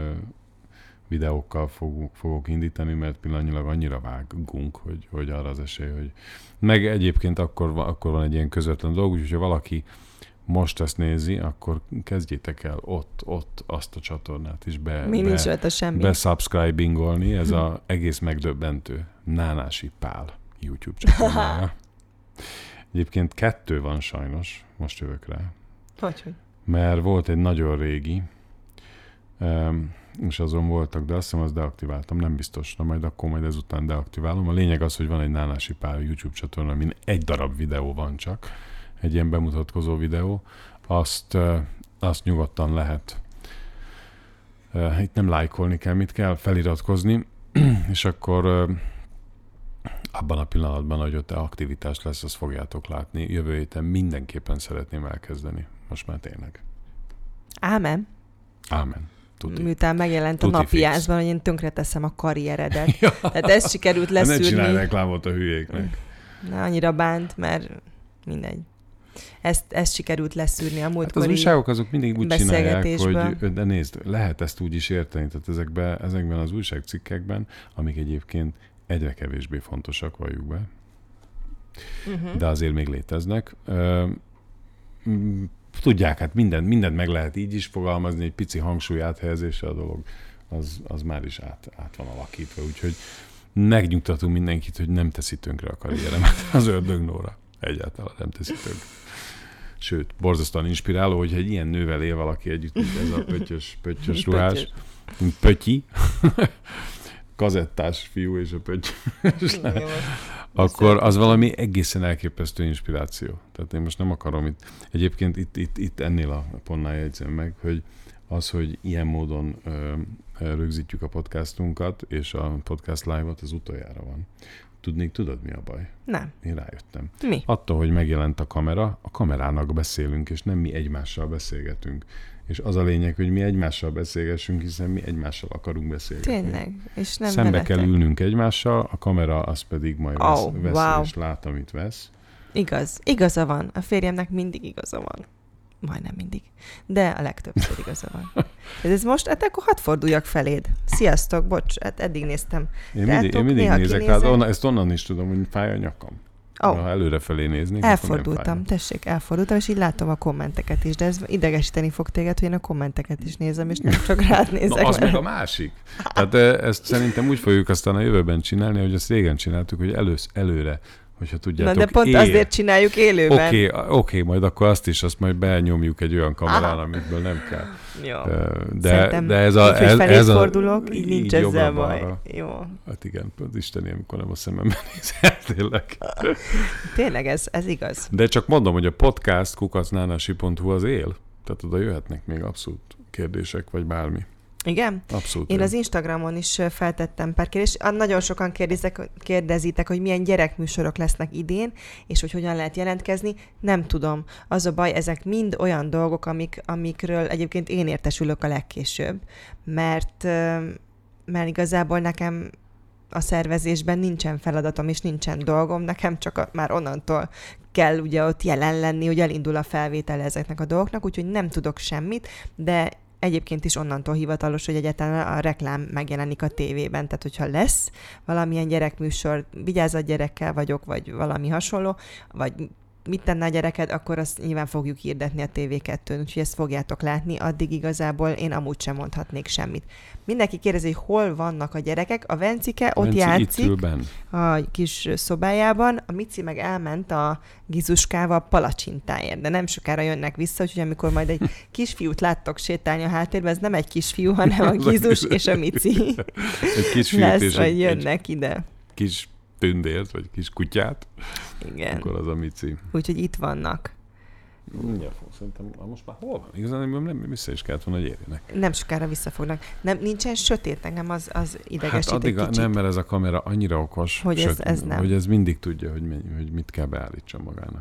videókkal fogok, fogok indítani, mert pillanatnyilag annyira vágunk, hogy, hogy arra az esély, hogy... Meg egyébként akkor, akkor van egy ilyen közvetlen dolog, úgyhogy ha valaki most ezt nézi, akkor kezdjétek el ott, ott azt a csatornát is be, Mi nincs be, rajta semmi. besubscribingolni. Ez az egész megdöbbentő Nánási Pál YouTube csatornája. Egyébként kettő van sajnos, most jövök rá. Hogy, hogy? Mert volt egy nagyon régi, um, és azon voltak, de azt hiszem, azt deaktiváltam, nem biztos, na majd akkor majd ezután deaktiválom. A lényeg az, hogy van egy Nánási Pál YouTube csatorna, amin egy darab videó van csak, egy ilyen bemutatkozó videó, azt, uh, azt nyugodtan lehet. Uh, itt nem lájkolni kell, mit kell, feliratkozni, és akkor uh, abban a pillanatban, hogy ott aktivitás lesz, azt fogjátok látni. Jövő héten mindenképpen szeretném elkezdeni. Most már tényleg. Ámen. Ámen. Tuti. Miután megjelent Tuti a fix. napiászban, hogy én tönkreteszem a karrieredet. Ja. Tehát ezt sikerült Ne csinálj leszűrni. reklámot a hülyéknek. Na, annyira bánt, mert mindegy. Ezt, ezt sikerült leszűrni a Hát az múltkori újságok azok mindig úgy csinálják, beszélgetésben. hogy de nézd, lehet ezt úgy is érteni, tehát ezekben, ezekben az újságcikkekben, amik egyébként egyre kevésbé fontosak, valljuk be, Uh-huh. de azért még léteznek. Ö, m, Tudják, hát mindent, mindent meg lehet így is fogalmazni, egy pici hangsúly áthelyezése a dolog, az, az már is át, át van alakítva, úgyhogy megnyugtatunk mindenkit, hogy nem teszi tönkre a karrieremet az Ördög Nóra. Egyáltalán nem teszi tönkre. Sőt, borzasztóan inspiráló, hogyha egy ilyen nővel él valaki együtt, mint ez a pöttyös, pöttyös ruhás, mint Pötyi, kazettás fiú és a pöttyös lány, akkor az valami egészen elképesztő inspiráció. Tehát én most nem akarom itt, egyébként itt, itt, itt ennél a pontnál jegyzem meg, hogy az, hogy ilyen módon ö, rögzítjük a podcastunkat, és a podcast live-ot, az utoljára van. Tudnék, tudod, mi a baj? Nem. Én rájöttem. Mi? Attól, hogy megjelent a kamera, a kamerának beszélünk, és nem mi egymással beszélgetünk. És az a lényeg, hogy mi egymással beszélgessünk, hiszen mi egymással akarunk beszélgetni. Tényleg. És nem Szembe veletek. kell ülnünk egymással, a kamera az pedig majd vesz, Oh, vesz wow. és lát, amit vesz. Igaz. Igaza van. A férjemnek mindig igaza van. Majdnem mindig. De a legtöbbször igaza van. Ez most, hát akkor hadd forduljak feléd. Sziasztok, bocs, hát eddig néztem. Én Rátok mindig, én mindig néha nézek kinézek. rá, onnan, ezt onnan is tudom, hogy fáj a nyakam. Oh. Ha előrefelé néznék, elfordultam, tessék, elfordultam, és így látom a kommenteket is, de ez idegesíteni fog téged, hogy én a kommenteket is nézem, és nem csak rád nézek. Na, az meg a másik. Tehát ezt szerintem úgy fogjuk aztán a jövőben csinálni, hogy ezt régen csináltuk, hogy elősz, előre, hogyha tudjátok. Na, de pont él. Azért csináljuk élőben. Oké, okay, okay, majd akkor azt is, azt majd benyomjuk egy olyan kamerán, amikből nem kell. Jó. De, de ez a... Így, ez, hogy ez a fordulok, így nincs ezzel baj. Jó. Hát igen, az Isteni, amikor nem a szememben nézel, tényleg. Tényleg, ez, ez igaz. De csak mondom, hogy a podcast kukacnánasi pont hu az él. Tehát oda jöhetnek még abszolút kérdések, vagy bármi. Igen? Abszolút. Én az Instagramon is feltettem pár kérdést. Nagyon sokan kérdezek, kérdezitek, hogy milyen gyerekműsorok lesznek idén, és hogy hogyan lehet jelentkezni. Nem tudom. Az a baj, ezek mind olyan dolgok, amik, amikről egyébként én értesülök a legkésőbb, mert, mert igazából nekem a szervezésben nincsen feladatom, és nincsen dolgom, nekem csak a, már onnantól kell ugye ott jelen lenni, hogy elindul a felvétel ezeknek a dolgoknak, úgyhogy nem tudok semmit, de egyébként is onnantól hivatalos, hogy egyáltalán a reklám megjelenik a tévében. Tehát, hogyha lesz valamilyen gyerekműsor, vigyázat gyerekkel vagyok, vagy valami hasonló, vagy mit tenne a gyereked, akkor azt nyilván fogjuk hirdetni a té vé kettőn, úgyhogy ezt fogjátok látni, addig igazából én amúgy sem mondhatnék semmit. Mindenki kérdezi, hogy hol vannak a gyerekek, a Vencike ott Venci játszik a kis szobájában, a Mici meg elment a Gizuskával palacsintáért, de nem sokára jönnek vissza, úgyhogy amikor majd egy kisfiút láttok sétálni a háttérben, ez nem egy kisfiú, hanem a Gizus és a Mici. Egy kisfiút lesz, és vagy egy, jönnek egy ide. Kis tündért, vagy kis kutyát. Igen. Akkor az a Mici. Úgyhogy itt vannak. Mindjárt fog, szerintem most már hol van? Igazán nem vissza is kellett volna, hogy érjenek. Nem sokára visszafognak. Nem, nincsen sötét, engem az, az idegesít hát addig egy kicsit. Nem, mert ez a kamera annyira okos, hogy ez, söt, ez nem. hogy ez mindig tudja, hogy, hogy mit kell beállítson magának.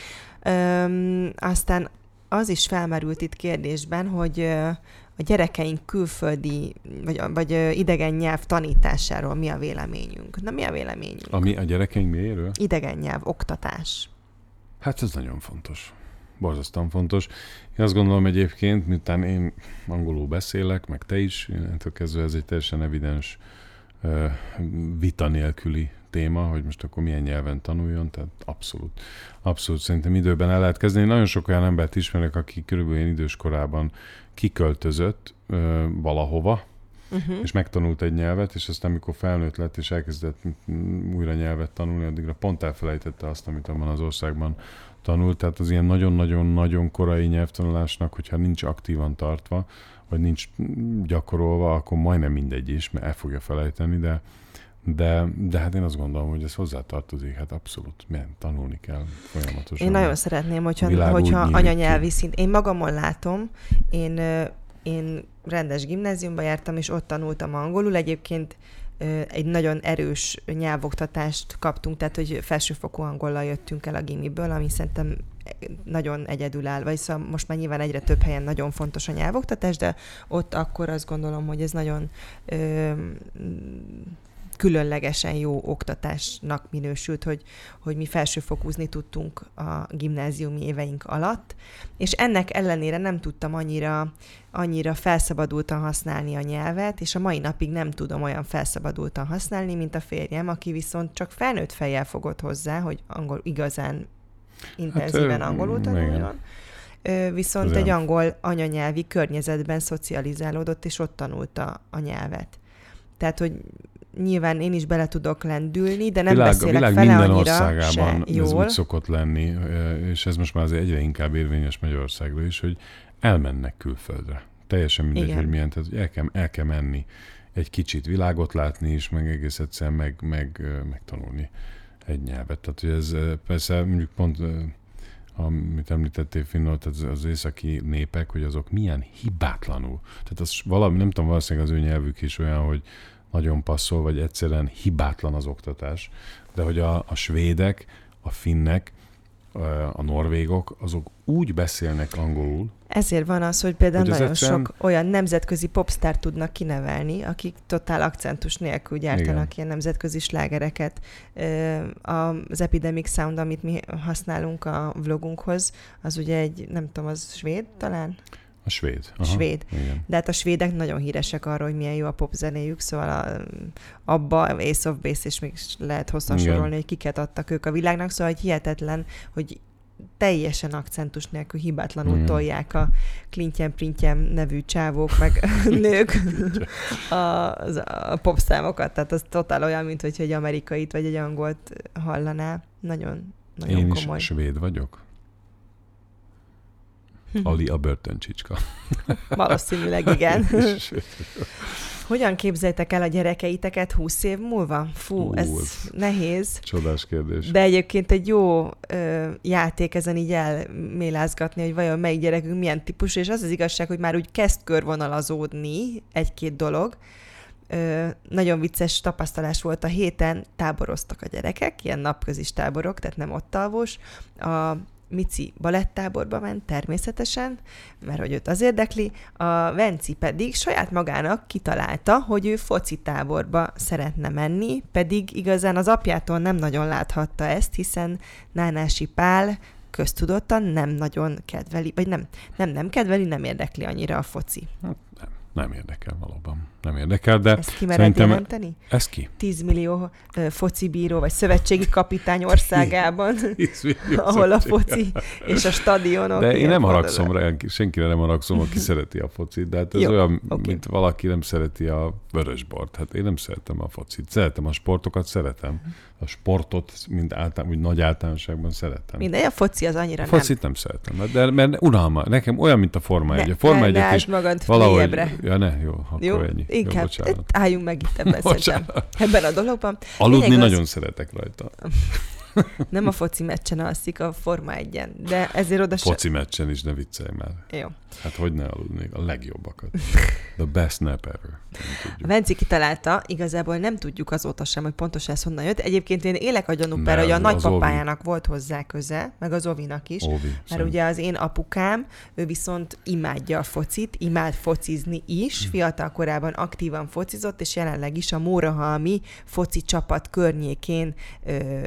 Öm, aztán az is felmerült itt kérdésben, hogy a gyerekeink külföldi, vagy, vagy idegen nyelv tanításáról mi a véleményünk. Na, mi a véleményünk? Ami a gyerekeink miéről? Idegen nyelv, oktatás. Hát ez nagyon fontos. Borzasztóan fontos. Én azt gondolom egyébként, miután én angolul beszélek, meg te is, innentől kezdve ez egy teljesen evidens uh, vita nélküli téma, hogy most akkor milyen nyelven tanuljon, tehát abszolút. Abszolút szerintem időben el lehet kezdeni. Nagyon sok olyan embert ismerek, aki körülbelül én idős korában kiköltözött uh, valahova, uh-huh. és megtanult egy nyelvet, és aztán amikor felnőtt lett, és elkezdett újra nyelvet tanulni, addigra pont elfelejtette azt, amit abban az országban tanult. Tehát az ilyen nagyon-nagyon-nagyon korai nyelvtanulásnak, hogyha nincs aktívan tartva, vagy nincs gyakorolva, akkor majdnem mindegy is, mert el fogja felejteni, de De, de hát én azt gondolom, hogy ez hozzátartozik, hát abszolút, milyen tanulni kell folyamatosan. Én nagyon szeretném, hogyha, hogyha anyanyelvi szint. Én magamon látom, én, én rendes gimnáziumba jártam, és ott tanultam angolul. Egyébként egy nagyon erős nyelvoktatást kaptunk, tehát hogy felsőfokú angollal jöttünk el a gimiből, ami szerintem nagyon egyedüláll, vagy szóval most már nyilván egyre több helyen nagyon fontos a nyelvoktatás, de ott akkor azt gondolom, hogy ez nagyon ö, különlegesen jó oktatásnak minősült, hogy, hogy mi felsőfokúzni tudtunk a gimnáziumi éveink alatt, és ennek ellenére nem tudtam annyira, annyira felszabadultan használni a nyelvet, és a mai napig nem tudom olyan felszabadultan használni, mint a férjem, aki viszont csak felnőtt fejjel fogott hozzá, hogy angol igazán intenzíven hát, angolul tanuljon. Viszont egy angol anyanyelvi környezetben szocializálódott, és ott tanulta a nyelvet. Tehát, hogy nyilván én is bele tudok lendülni, de nem világ, beszélek világ fele minden annyira országában se ez jól. úgy szokott lenni, és ez most már azért egyre inkább érvényes Magyarországra is, hogy elmennek külföldre. Teljesen mindegy, igen. hogy milyen, tehát el kell, el kell menni egy kicsit világot látni is, meg egész egyszerűen meg, meg, megtanulni egy nyelvet. Tehát, hogy ez persze mondjuk pont, amit említettél, Finnol, az, az északi népek, hogy azok milyen hibátlanul. Tehát az valami, nem tudom, valószínűleg az ő nyelvük is olyan, hogy nagyon passzol, vagy egyszerűen hibátlan az oktatás, de hogy a, a svédek, a finnek, a norvégok, azok úgy beszélnek angolul. Ezért van az, hogy például hogy nagyon egyszerűen... sok olyan nemzetközi popstar tudnak kinevelni, akik totál akcentus nélkül gyártanak igen. ilyen nemzetközi slágereket. Az Epidemic Sound, amit mi használunk a vlogunkhoz, az ugye egy, nem tudom, az svéd talán? A svéd. Aha, svéd. Igen. De hát a svédek nagyon híresek arról, hogy milyen jó a popzenéjük, szóval a, abba Ace of Base, és még lehet hosszan Igen. sorolni, hogy kiket adtak ők a világnak, szóval hogy hihetetlen, hogy teljesen akcentus nélkül hibátlanul mm. tolják a Klintyen-Printyen nevű csávók, meg nők a, a popszámokat. Tehát az totál olyan, mint hogy egy amerikait vagy egy angolt hallanál. Nagyon, nagyon Én komoly. is svéd vagyok. Ali a börtöncsicska. Valószínűleg igen. Hogyan képzeljétek el a gyerekeiteket húsz év múlva? Fú, Ú, ez, ez nehéz. Csodás kérdés. De egyébként egy jó ö, játék ezen így elmélázgatni, hogy vajon melyik gyerekünk milyen típusú, és az az igazság, hogy már úgy kezd körvonalazódni egy-két dolog. Ö, nagyon vicces tapasztalás volt a héten, táboroztak a gyerekek, ilyen napközis táborok, tehát nem ott alvós. A Mici balettáborba ment természetesen, mert hogy őt az érdekli, a Venci pedig saját magának kitalálta, hogy ő foci táborba szeretne menni, pedig igazán az apjától nem nagyon láthatta ezt, hiszen Nánási Pál köztudottan nem nagyon kedveli, vagy nem, nem, nem kedveli, nem érdekli annyira a foci. Hát nem, nem érdekel valóban. Nem érdekel, de ezt ki mered jelenteni? Ez ki? tíz millió uh, focibíró, vagy szövetségi kapitány országában, ahol a foci és a stadionok. De én nem haragszom rá, senkire nem haragszom, aki szereti a focit, de hát ez Jó, olyan, okay. mint valaki nem szereti a vörösbort. Hát én nem szeretem a focit. Szeretem a sportokat, szeretem. A sportot, mint általán, úgy nagy általánosságban szeretem. Mindegy, a foci az annyira a focit nem. nem szeretem, de mert unalma. Nekem olyan, mint a Forma egy. A Forma ne, egyet ne is valahogy... Ja, ne, jó, akkor jó, ennyi. Inkább jó, álljunk meg itt ebben, ebben a dologban. Aludni Lényeg nagyon az... szeretek rajta. Nem a foci meccsen alszik, a Forma egyen. De ezért oda Foci se... meccsen is, ne viccelj már. Jó. Hát hogy ne aludnék? A legjobbakat. The best nap ever. A Venci kitalálta, igazából nem tudjuk azóta sem, hogy pontosan ez honnan jött. Egyébként én élek a gyanúperre, hogy a nagypapájának volt hozzá köze, meg az Ovinak is. Ovi, mert szerint. Ugye az én apukám, ő viszont imádja a focit, imád focizni is, hmm. fiatal korában aktívan focizott, és jelenleg is a Mórahalmi foci csapat környékén ö,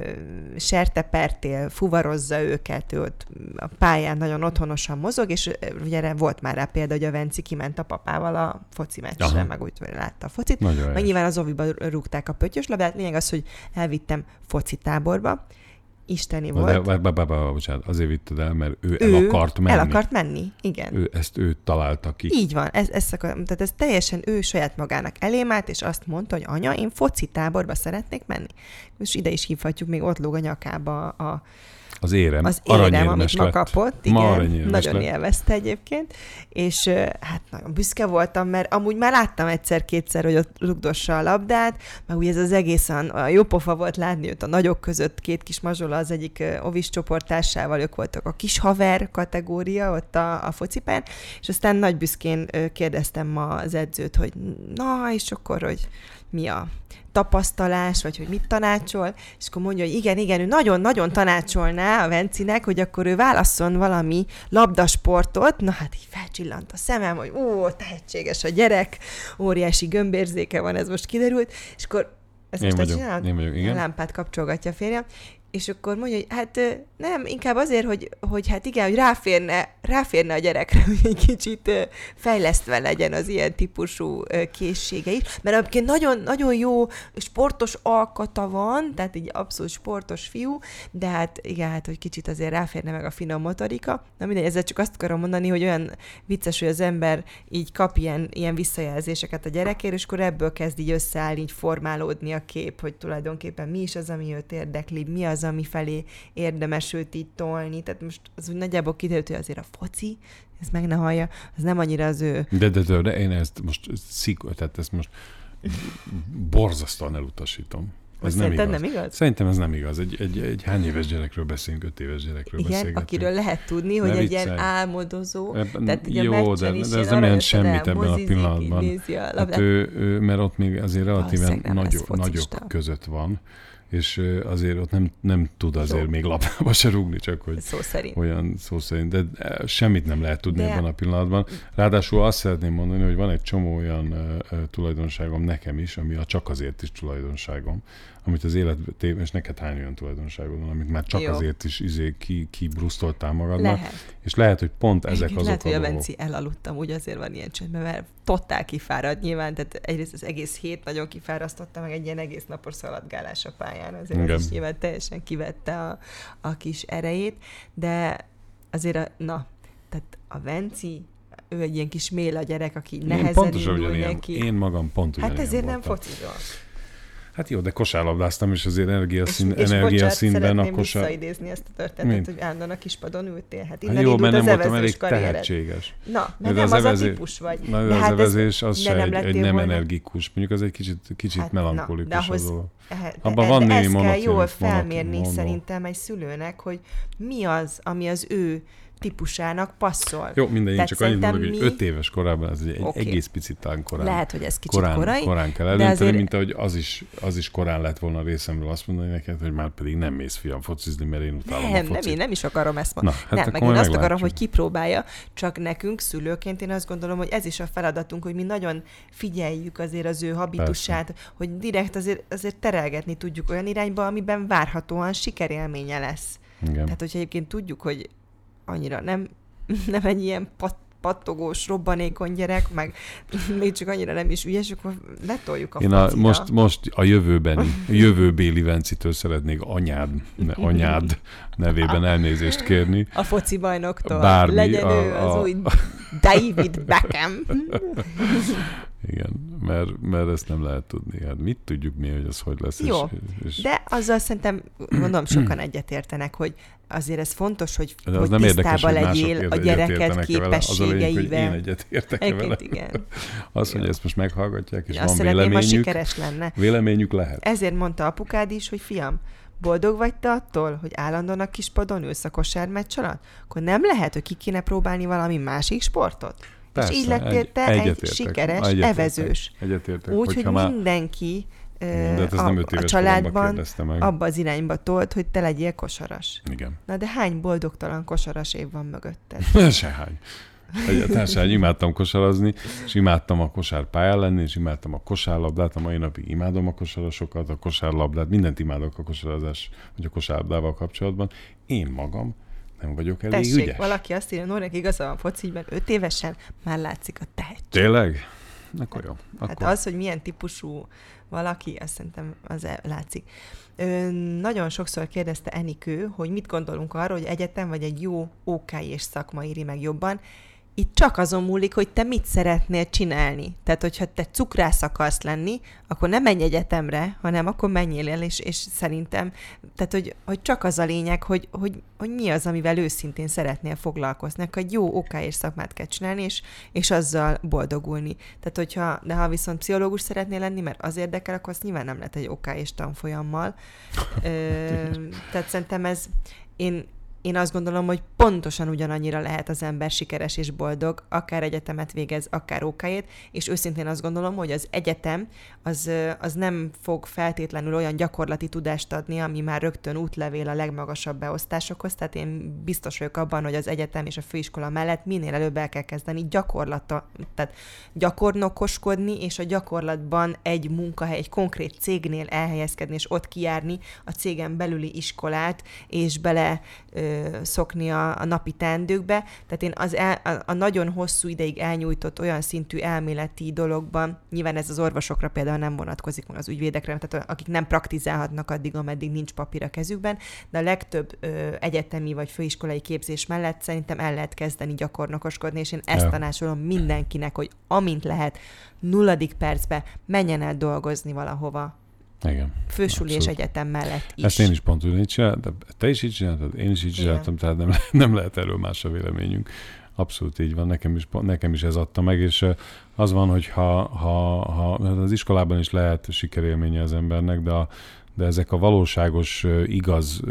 sertepertél, fuvarozza őket, ő ott a pályán nagyon otthonosan mozog, és ugye volt már rá példa, hogy a Venci kiment a papával a foci meccsre, Aha. meg úgy látta a focit. Nagyon meg nyilván az Oviba rúgták a pöttyös labdát, lényeg az, hogy elvittem foci táborba, isteni Na volt. De, bá, bá, bá, bocsánat, azért vitted el, mert ő, ő el akart menni. El akart menni, igen. Ő, ezt ő találta ki. Így van, ez, ez, tehát ez teljesen ő saját magának elém állt, és azt mondta, hogy anya, én foci táborba szeretnék menni. És ide is hívhatjuk, még ott lóg a nyakába a Az érem, az érem, amit ma lett. kapott, Ma igen, nagyon lett. élvezte egyébként, és hát nagyon büszke voltam, mert amúgy már láttam egyszer-kétszer, hogy ott rugdossa a labdát, meg ugye ez az egészen a jó pofa volt látni őt a nagyok között, két kis mazsola az egyik ovis csoporttársával, ők voltak a kis haver kategória ott a, a focipán, és aztán nagy büszkén kérdeztem ma az edzőt, hogy na, és akkor, hogy mi a tapasztalás, vagy hogy mit tanácsol, és akkor mondja, hogy igen, igen, ő nagyon-nagyon tanácsolná a Vencinek, hogy akkor ő válasszon valami labdasportot, na hát így felcsillant a szemem, hogy ó, tehetséges a gyerek, óriási gömbérzéke van, ez most kiderült, és akkor ezt én most vagyok, csinálod? én vagyok, igen. A lámpát kapcsolgatja a férjem, és akkor mondja, hogy hát nem, inkább azért, hogy, hogy hát igen, hogy ráférne, ráférne a gyerekre, hogy egy kicsit fejlesztve legyen az ilyen típusú készsége is, mert egyébként nagyon, nagyon jó sportos alkata van, tehát egy abszolút sportos fiú, de hát igen, hát hogy kicsit azért ráférne meg a finom motorika. Na mindegy, ezzel csak azt akarom mondani, hogy olyan vicces, hogy az ember így kap ilyen, ilyen visszajelzéseket a gyerekért, és akkor ebből kezd így összeállni, így formálódni a kép, hogy tulajdonképpen mi is az, ami őt érdekli, mi az, ami felé érdemes őt így tolni. Tehát most az úgy nagyjából kiderült, hogy azért a foci, ezt meg ne hallja, az nem annyira az ő... De, de, de, de én ezt most szik, tehát ezt most borzasztóan elutasítom. Ez nem igaz. nem igaz? Szerintem ez nem igaz. Egy, egy, egy hány éves gyerekről beszélünk, öt éves gyerekről igen, beszélgetünk. akiről lehet tudni, hogy egy ilyen álmodozó. Ebben, tehát jó, de, de ez nem jelent semmit ebben a pillanatban. A hát ő, ő, mert ott még azért relatíven nagyok, nagyok között van, és azért ott nem, nem tud azért Jó. még labdába se rúgni, csak hogy szó szerint. olyan szó szerint. De semmit nem lehet tudni de... ebben a pillanatban. Ráadásul azt szeretném mondani, hogy van egy csomó olyan uh, tulajdonságom nekem is, ami a csak azért is tulajdonságom, amit az élet, és neked hány olyan tulajdonságod van, amit már csak Jó. azért is izé, ki, kibrusztoltál magadnak. Lehet. És lehet, hogy pont ezek Egyébként azok lehet, a hogy a dolgok. Benci elaludtam, úgy azért van ilyen csöndben, mert totál kifáradt nyilván, tehát egyrészt az egész hét nagyon kifárasztotta, meg egy ilyen egész napos szaladgálás a pályán, azért Igen. ez is nyilván teljesen kivette a, a kis erejét, de azért a, na, tehát a Benci, ő egy ilyen kis méla gyerek, aki Én nehezen pontosan indul ugyanilyen, neki. én magam pont ugyanilyen Hát ezért nem voltam. focizol. Hát jó, de kosárlabdáztam, és azért energiaszín, És, és energiaszínben bocsánat, a szeretném kosár... visszaidézni ezt a történetet, Mint? hogy állandóan a kispadon ültél. Hát Hát innen jó, indult mert nem az voltam elég evezős karriered. tehetséges. Na, De mert nem az az, evezé- a típus vagy. Na, de de az hát ez- evezés az de se nem egy, egy lettél nem volna- energikus, mondjuk az egy kicsit, kicsit Hát, melankolikus na, de ahhoz- a dolog. De, Abban de, van de némi ezt kell monoton- jól monoton- felmérni mono- szerintem egy szülőnek, hogy mi az, ami az ő típusának passzol. Jó, minden, én Tehát csak annyit mondok, hogy szerintem öt éves korában ez egy Oké. egész picit talán korán. Lehet, hogy ez kicsit korán, korai, korán kell de eldönteni, azért- mint ahogy az is, az is korán lett volna a részemről azt mondani neked, hogy már pedig nem mész fiam focizni, mert én utálom Nem, a nem, focit. én nem is akarom ezt mondani. Na, hát nem, akkor meg én majd azt akarom, meglátjuk. hogy kipróbálja, csak nekünk szülőként én azt gondolom, hogy ez is a feladatunk, hogy mi nagyon figyeljük azért az ő habitusát, Persze. hogy direkt azért, azért terelgetni tudjuk olyan irányba, amiben várhatóan sikerélménye lesz. Igen. Tehát, hogyha egyébként tudjuk, hogy annyira nem, nem egy ilyen pat, pattogós, robbanékony gyerek, meg még csak annyira nem is ügyes, akkor letoljuk a Én a, focira. most, most a jövőbeni, a jövőbéli Vencitől szeretnék anyád, ne, anyád nevében elnézést kérni. A foci bajnoktól. Bármi, Legyen a- ő az a- új David Beckham. Igen, mert, mert ezt nem lehet tudni. Hát mit tudjuk mi, hogy az hogy lesz. Jó, és, és de azzal szerintem, mondom, sokan egyetértenek, hogy azért ez fontos, hogy, de az hogy nem érdekes, tisztában hogy mások legyél a egyet gyereket értenek-e vele. Az a lényeg, hogy én képességeivel. egyet értek vele. Egyébként igen. Az, hogy Jó. ezt most meghallgatják, és Azt van szeretném, ha véleményük, sikeres lenne. véleményük lehet. Ezért mondta apukád is, hogy fiam, boldog vagy te attól, hogy állandóan a kispadon ülsz a kosármeccs alatt? Akkor nem lehet, hogy ki kéne próbálni valami másik sportot? Persze, és így lettél egy- te egy egyetértek. sikeres Egyetértek. evezős. Egyetértek. Úgy, hogy hogyha mindenki ö, De hát ez a, nem öt a éves koromban családban kérdezte meg. abba az irányba tolt, hogy te legyél kosaras. Igen. Na de hány boldogtalan kosaras év van mögötted? Sehány. Egyáltalán sehány. Imádtam kosarazni, és imádtam a kosárpályán lenni, és imádtam a kosárlabdát. A mai napig imádom a kosarasokat, a kosárlabdát, mindent imádok a kosarazás, vagy a kosárlabdával kapcsolatban. Én magam nem vagyok elég Tessék, ügyes. valaki azt írja, Nórának igaza van fociben, öt évesen már látszik a tehetség. Tényleg? Akkor jó. Akkor... Hát az, hogy milyen típusú valaki, azt szerintem az el- látszik. Ö, nagyon sokszor kérdezte Enikő, hogy mit gondolunk arról, hogy egyetem vagy egy jó ó ká és szakma éri meg jobban. Itt csak azon múlik, hogy te mit szeretnél csinálni. Tehát, hogyha te cukrász akarsz lenni, akkor nem menj egyetemre, hanem akkor menjél el, és, és szerintem, tehát, hogy, hogy csak az a lényeg, hogy, hogy, hogy mi az, amivel őszintén szeretnél foglalkozni. Akkor egy jó ó ká és szakmát kell csinálni, és, és azzal boldogulni. Tehát, hogyha, de ha viszont pszichológus szeretnél lenni, mert az érdekel, akkor azt nyilván nem lehet egy ó ká és tanfolyammal. Ö, tehát szerintem ez, én, Én azt gondolom, hogy pontosan ugyanannyira lehet az ember sikeres és boldog, akár egyetemet végez, akár ó ká-ét, és őszintén azt gondolom, hogy az egyetem az, az nem fog feltétlenül olyan gyakorlati tudást adni, ami már rögtön útlevél a legmagasabb beosztásokhoz, tehát én biztos vagyok abban, hogy az egyetem és a főiskola mellett minél előbb el kell kezdeni gyakorlata, tehát gyakornokoskodni, és a gyakorlatban egy munkahely, egy konkrét cégnél elhelyezkedni, és ott kijárni a cégen belüli iskolát, és bele ö, szokni a, a napi teendőkbe. Tehát én az el, a, a nagyon hosszú ideig elnyújtott olyan szintű elméleti dologban, nyilván ez az orvosokra például nem vonatkozik, meg az ügyvédekre, tehát akik nem praktizálhatnak addig, ameddig nincs papír a kezükben, de a legtöbb ö, egyetemi vagy főiskolai képzés mellett szerintem el lehet kezdeni gyakornokoskodni, és én ezt Ja. tanácsolom mindenkinek, hogy amint lehet, nulladik percbe menjen el dolgozni valahova. Igen. Fősuli és Abszolút. egyetem mellett is. Ezt én is pont úgy csináltam, te is így csináltad, én is így Igen. csináltam, tehát nem, nem lehet erről más a véleményünk. Abszolút így van, nekem is, nekem is ez adta meg, és az van, hogy ha, ha, ha az iskolában is lehet sikerélménye az embernek, de, a, de ezek a valóságos, igaz,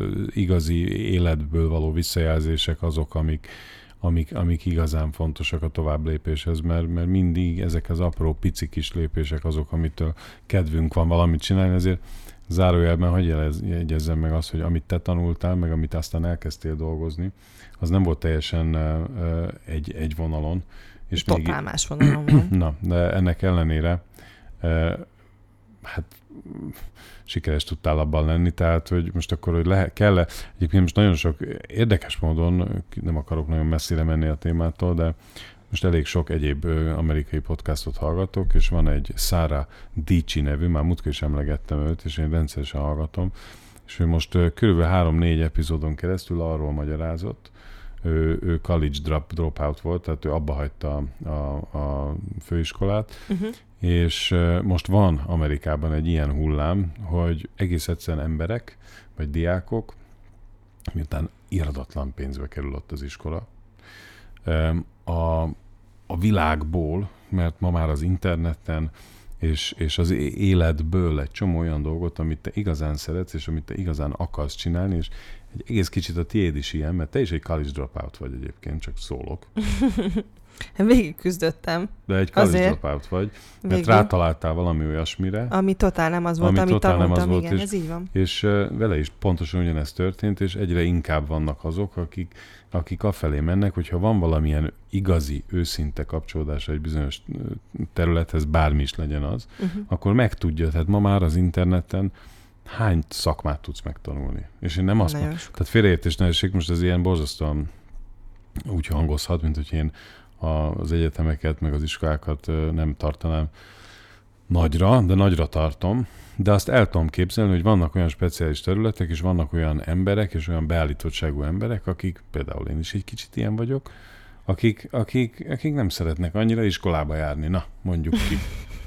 igazi életből való visszajelzések azok, amik, amik, amik igazán fontosak a tovább lépéshez, mert, mert mindig ezek az apró, pici kis lépések azok, amitől kedvünk van valamit csinálni, ezért zárójelben, hogy jelez, jegyezzem meg azt, hogy amit te tanultál, meg amit aztán elkezdtél dolgozni, az nem volt teljesen uh, egy, egy vonalon. És Totál még, más vonalon van. na, de ennek ellenére uh, hát sikeres tudtál abban lenni, tehát, hogy most akkor, hogy lehet, kell-e, egyébként most nagyon sok érdekes módon, nem akarok nagyon messzire menni a témától, de most elég sok egyéb amerikai podcastot hallgatok, és van egy Sarah Dietschy nevű, már múltkor is emlegettem őt, és én rendszeresen hallgatom, és ő most körülbelül három-négy epizódon keresztül arról magyarázott, ő, ő college drop, dropout volt, tehát ő abba hagyta a, a főiskolát, uh-huh. és most van Amerikában egy ilyen hullám, hogy egész egyszerűen emberek, vagy diákok, miután irdatlan pénzbe kerül ott az iskola, a, a világból, mert ma már az interneten és, és az életből egy csomó olyan dolgot, amit te igazán szeretsz, és amit te igazán akarsz csinálni, és egy egész kicsit a tiéd is ilyen, mert te is egy college dropout vagy egyébként, csak szólok. Végig küzdöttem. De egy college dropout vagy, mert végig rátaláltál valami olyasmire. Ami totál nem az volt, ami amit tanultam, igen, és, ez így van. És uh, vele is pontosan ugyanezt történt, és egyre inkább vannak azok, akik, akik afelé mennek, hogyha van valamilyen igazi, őszinte kapcsolódás egy bizonyos területhez, bármi is legyen az, uh-huh. akkor megtudja, tehát ma már az interneten hány szakmát tudsz megtanulni. És én nem azt mondom, tehát félreértés ne essék, most ez ilyen borzasztóan úgy hangozhat, mint hogy én az egyetemeket, meg az iskolákat nem tartanám nagyra, de nagyra tartom, de azt el tudom képzelni, hogy vannak olyan speciális területek, és vannak olyan emberek, és olyan beállítottságú emberek, akik, például én is egy kicsit ilyen vagyok, akik, akik, akik nem szeretnek annyira iskolába járni. Na, mondjuk ki.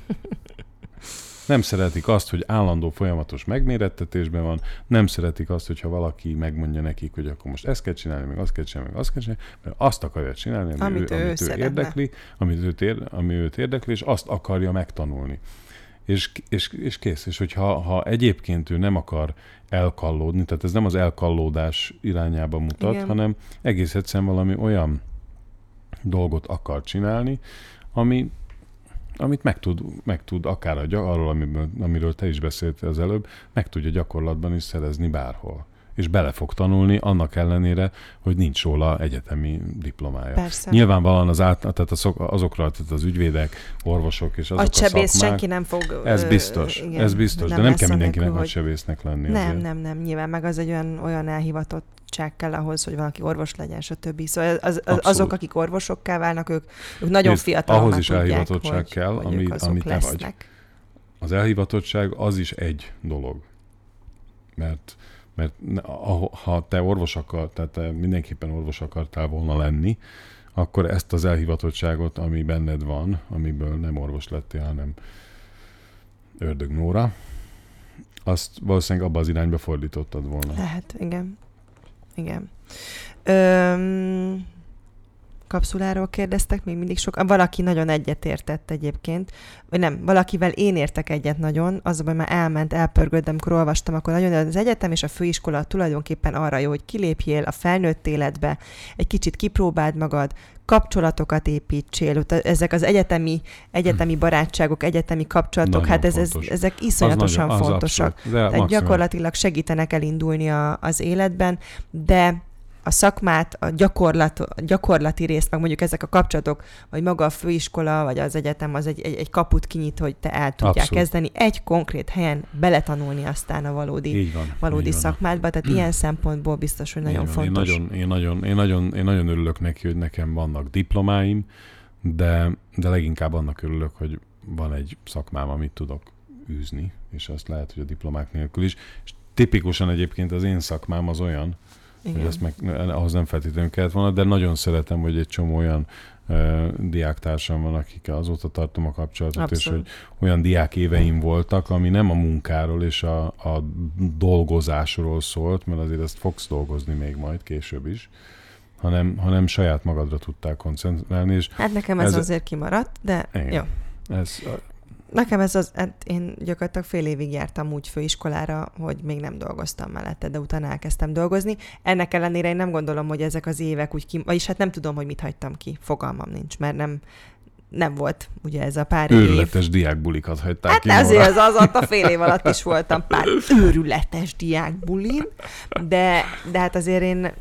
Nem szeretik azt, hogy állandó folyamatos megmérettetésben van, nem szeretik azt, hogyha valaki megmondja nekik, hogy akkor most ezt kell csinálni, meg azt kell csinálni, meg azt kell csinálni, mert azt akarja csinálni, ami amit ő, ő, amit ő érdekli, amit őt, ér, ami őt érdekli, és azt akarja megtanulni. És, és, és kész. És hogyha ha egyébként ő nem akar elkallódni, tehát ez nem az elkallódás irányába mutat, igen. hanem egész egyszerűen valami olyan dolgot akar csinálni, ami amit meg tud, meg tud akár a, arról, amiről, amiről te is beszéltél az előbb, meg tudja gyakorlatban is szerezni bárhol. És bele fog tanulni, annak ellenére, hogy nincs róla egyetemi diplomája. Persze. Nyilvánvalóan az át, tehát azokra, tehát az ügyvédek, orvosok és azok a, a szakmák. senki nem fog... Ez biztos, igen, ez biztos, nem de nem kell mindenkinek agysebésznek lenni. Nem, azért. nem, nem, nyilván meg az egy olyan, olyan elhivatottság kell ahhoz, hogy valaki orvos legyen, stb. Szóval az, az, azok, akik orvosokká válnak, ők, ők nagyon Nézd, fiatalon ahhoz is tudják, elhivatottság hogy, kell, hogy ami, amit te vagy. Az elhivatottság az is egy dolog. Mert mert ha te orvos akar, tehát te mindenképpen orvos akartál volna lenni, akkor ezt az elhivatottságot, ami benned van, amiből nem orvos lettél, hanem Ördög Nóra, azt valószínűleg abba az irányba fordítottad volna. Lehet, igen. Igen. Öm... kapszuláról kérdeztek, még mindig sok. Valaki nagyon egyetértett egyébként, vagy nem, valakivel én értek egyet nagyon, az, hogy már elment, elpörgött, de amikor olvastam, akkor nagyon, az egyetem és a főiskola tulajdonképpen arra jó, hogy kilépjél a felnőtt életbe, egy kicsit kipróbáld magad, kapcsolatokat építsél, ezek az egyetemi, egyetemi barátságok, egyetemi kapcsolatok, nagyon hát ez, ez, ezek iszonyatosan az fontosak. Nagyon, Tehát maximum. Gyakorlatilag segítenek elindulni a, az életben, de a szakmát, a, gyakorlat, a gyakorlati részt, meg mondjuk ezek a kapcsolatok, vagy maga a főiskola, vagy az egyetem, az egy, egy, egy kaput kinyit, hogy te el tudják Abszolút. kezdeni egy konkrét helyen beletanulni aztán a valódi, van, valódi szakmádba. Tehát ilyen szempontból biztos, hogy nagyon fontos. Én nagyon, én, nagyon, én, nagyon, én nagyon örülök neki, hogy nekem vannak diplomáim, de, de leginkább annak örülök, hogy van egy szakmám, amit tudok űzni, és azt lehet, hogy a diplomák nélkül is. És tipikusan egyébként az én szakmám az olyan, igen. hogy ezt meg, ahhoz nem feltétlenül kellett volna, de nagyon szeretem, hogy egy csomó olyan uh, diáktársam van, akikkel azóta tartom a kapcsolatot, Abszolút. és hogy olyan diák éveim voltak, ami nem a munkáról és a, a dolgozásról szólt, mert azért ezt fogsz dolgozni még majd később is, hanem, hanem saját magadra tudtál koncentrálni. És hát nekem ez, ez azért kimaradt, de igen. jó. Ez, Nekem ez az, hát én gyakorlatilag fél évig jártam úgy főiskolára, hogy még nem dolgoztam mellette, de utána elkezdtem dolgozni. Ennek ellenére én nem gondolom, hogy ezek az évek úgy ki, vagyis hát nem tudom, hogy mit hagytam ki. Fogalmam nincs, mert nem, nem volt ugye ez a pár év. Őrületes diákbulikat hagytál hát ki. Hát azért az, az alatt a fél év alatt is voltam pár őrületes diákbulin, de, de hát azért én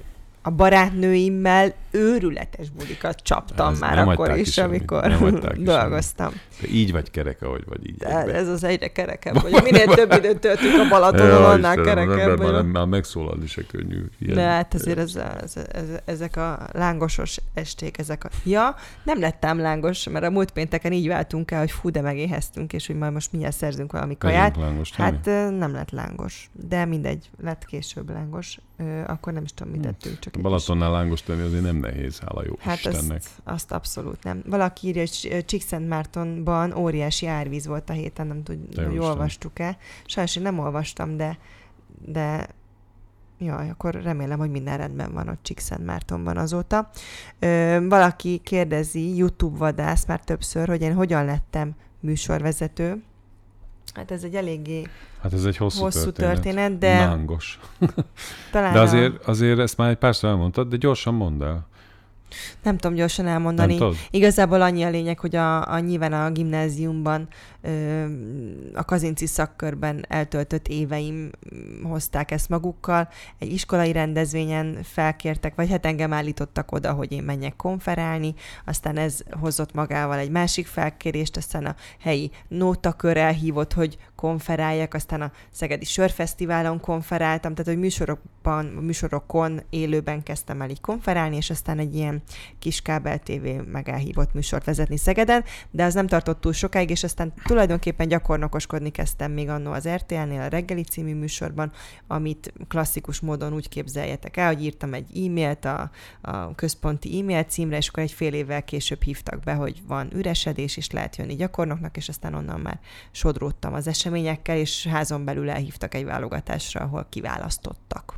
a barátnőimmel őrületes bulikat csaptam Ez már nem akkor hagyták is, ki amikor semmit, nem hagyták ki dolgoztam. De így vagy kerek, ahogy vagy így. De egybe. ez az egyre kerekebb, hogy minél több időt töltünk a Balatonon, Ja, annál Istenem, az kerekebb. ember már, vagyok. már megszólalni se könnyű. Ilyen. De hát azért ez, ez, ez, ezek a lángosos esték, ezek a... Ja, nem lettem lángos, mert a múlt pénteken így váltunk el, hogy fú, de megéheztünk, és hogy majd most mindjárt szerzünk valami kaját. Lángos, Hát nem? nem lett lángos, de mindegy, lett később lángos. Ö, akkor nem is tudom, mit tettünk. Csak a Balatonnál lángos tenni azért nem nehéz, hála jó Hát Istennek. azt, azt abszolút nem. Valaki írja, hogy Csíkszentmártonban óriási árvíz volt a héten, nem tudom, hogy olvastuk-e. Sajnos én nem olvastam, de, de jaj, akkor remélem, hogy minden rendben van ott Csíkszentmártonban azóta. Ö, valaki kérdezi, YouTube vadász már többször, hogy én hogyan lettem műsorvezető. Hát ez egy eléggé Hát ez egy hosszú, hosszú történet. történet, de Lángos. talán De a... azért, azért ezt már egy párszor elmondtad, de gyorsan mondd el. Nem tudom gyorsan elmondani. Nem tudod? Igazából annyi a lényeg, hogy a, a nyilván a gimnáziumban ö, a Kazinci szakkörben eltöltött éveim hozták ezt magukkal. Egy iskolai rendezvényen felkértek, vagy hát engem állítottak oda, hogy én menjek konferálni, aztán ez hozott magával egy másik felkérést, aztán a helyi nótakör elhívott, hogy konferáljak, aztán a Szegedi Sörfesztiválon konferáltam, tehát hogy műsorokban, műsorokon élőben kezdtem el így konferálni, és aztán egy ilyen kis kábel té vé meg elhívott műsort vezetni Szegeden, de az nem tartott túl sokáig, és aztán tulajdonképpen gyakornokoskodni kezdtem még annó az er té el-nél, a Reggeli című műsorban, amit klasszikus módon úgy képzeljetek el, hogy írtam egy e-mailt a, a központi e-mail címre, és akkor egy fél évvel később hívtak be, hogy van üresedés, és lehet jönni gyakornoknak, és aztán onnan már sodródtam az eseményekkel, és házon belül elhívtak egy válogatásra, ahol kiválasztottak.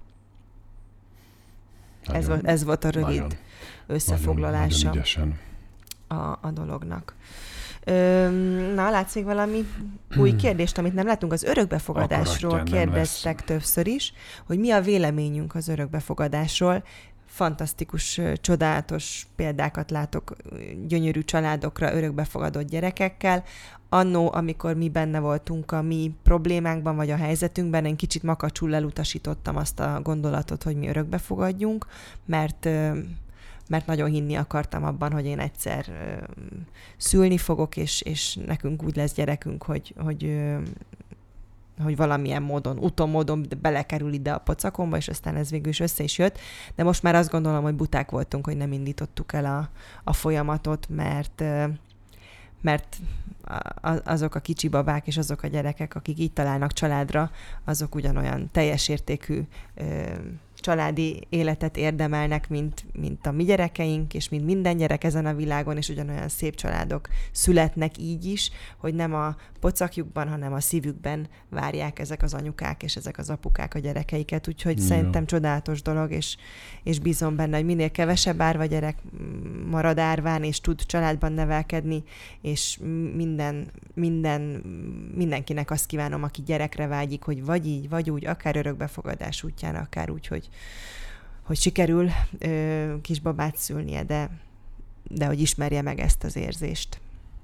Ez volt, ez volt a rövid nagyon, összefoglalása nagyon, nagyon a, a dolognak. Ö, na, látsz még valami új kérdést, amit nem látunk? Az örökbefogadásról Akaratján nem kérdeztek lesz. többször is, hogy mi a véleményünk az örökbefogadásról. Fantasztikus, csodálatos példákat látok gyönyörű családokra örökbefogadott gyerekekkel. Annó, amikor mi benne voltunk a mi problémánkban, vagy a helyzetünkben, én kicsit makacsul elutasítottam azt a gondolatot, hogy mi örökbefogadjunk, mert, mert nagyon hinni akartam abban, hogy én egyszer szülni fogok, és, és nekünk úgy lesz gyerekünk, hogy, hogy, hogy valamilyen módon, utómódon belekerül ide a pocakomba, és aztán ez végül is össze is jött. De most már azt gondolom, hogy buták voltunk, hogy nem indítottuk el a, a folyamatot, mert mert azok a kicsi babák és azok a gyerekek, akik így találnak családra, azok ugyanolyan teljes értékű ö, családi életet érdemelnek, mint, mint a mi gyerekeink, és mint minden gyerek ezen a világon, és ugyanolyan szép családok születnek így is, hogy nem a pocakjukban, hanem a szívükben várják ezek az anyukák és ezek az apukák a gyerekeiket, úgyhogy ja. Szerintem csodálatos dolog, és, és bízom benne, hogy minél kevesebb árva gyerek marad árván, és tud családban nevelkedni, és minden, minden, mindenkinek azt kívánom, aki gyerekre vágyik, hogy vagy így, vagy úgy, akár örökbefogadás útján, akár úgy, hogy, hogy sikerül ö, kisbabát szülnie, de, de hogy ismerje meg ezt az érzést.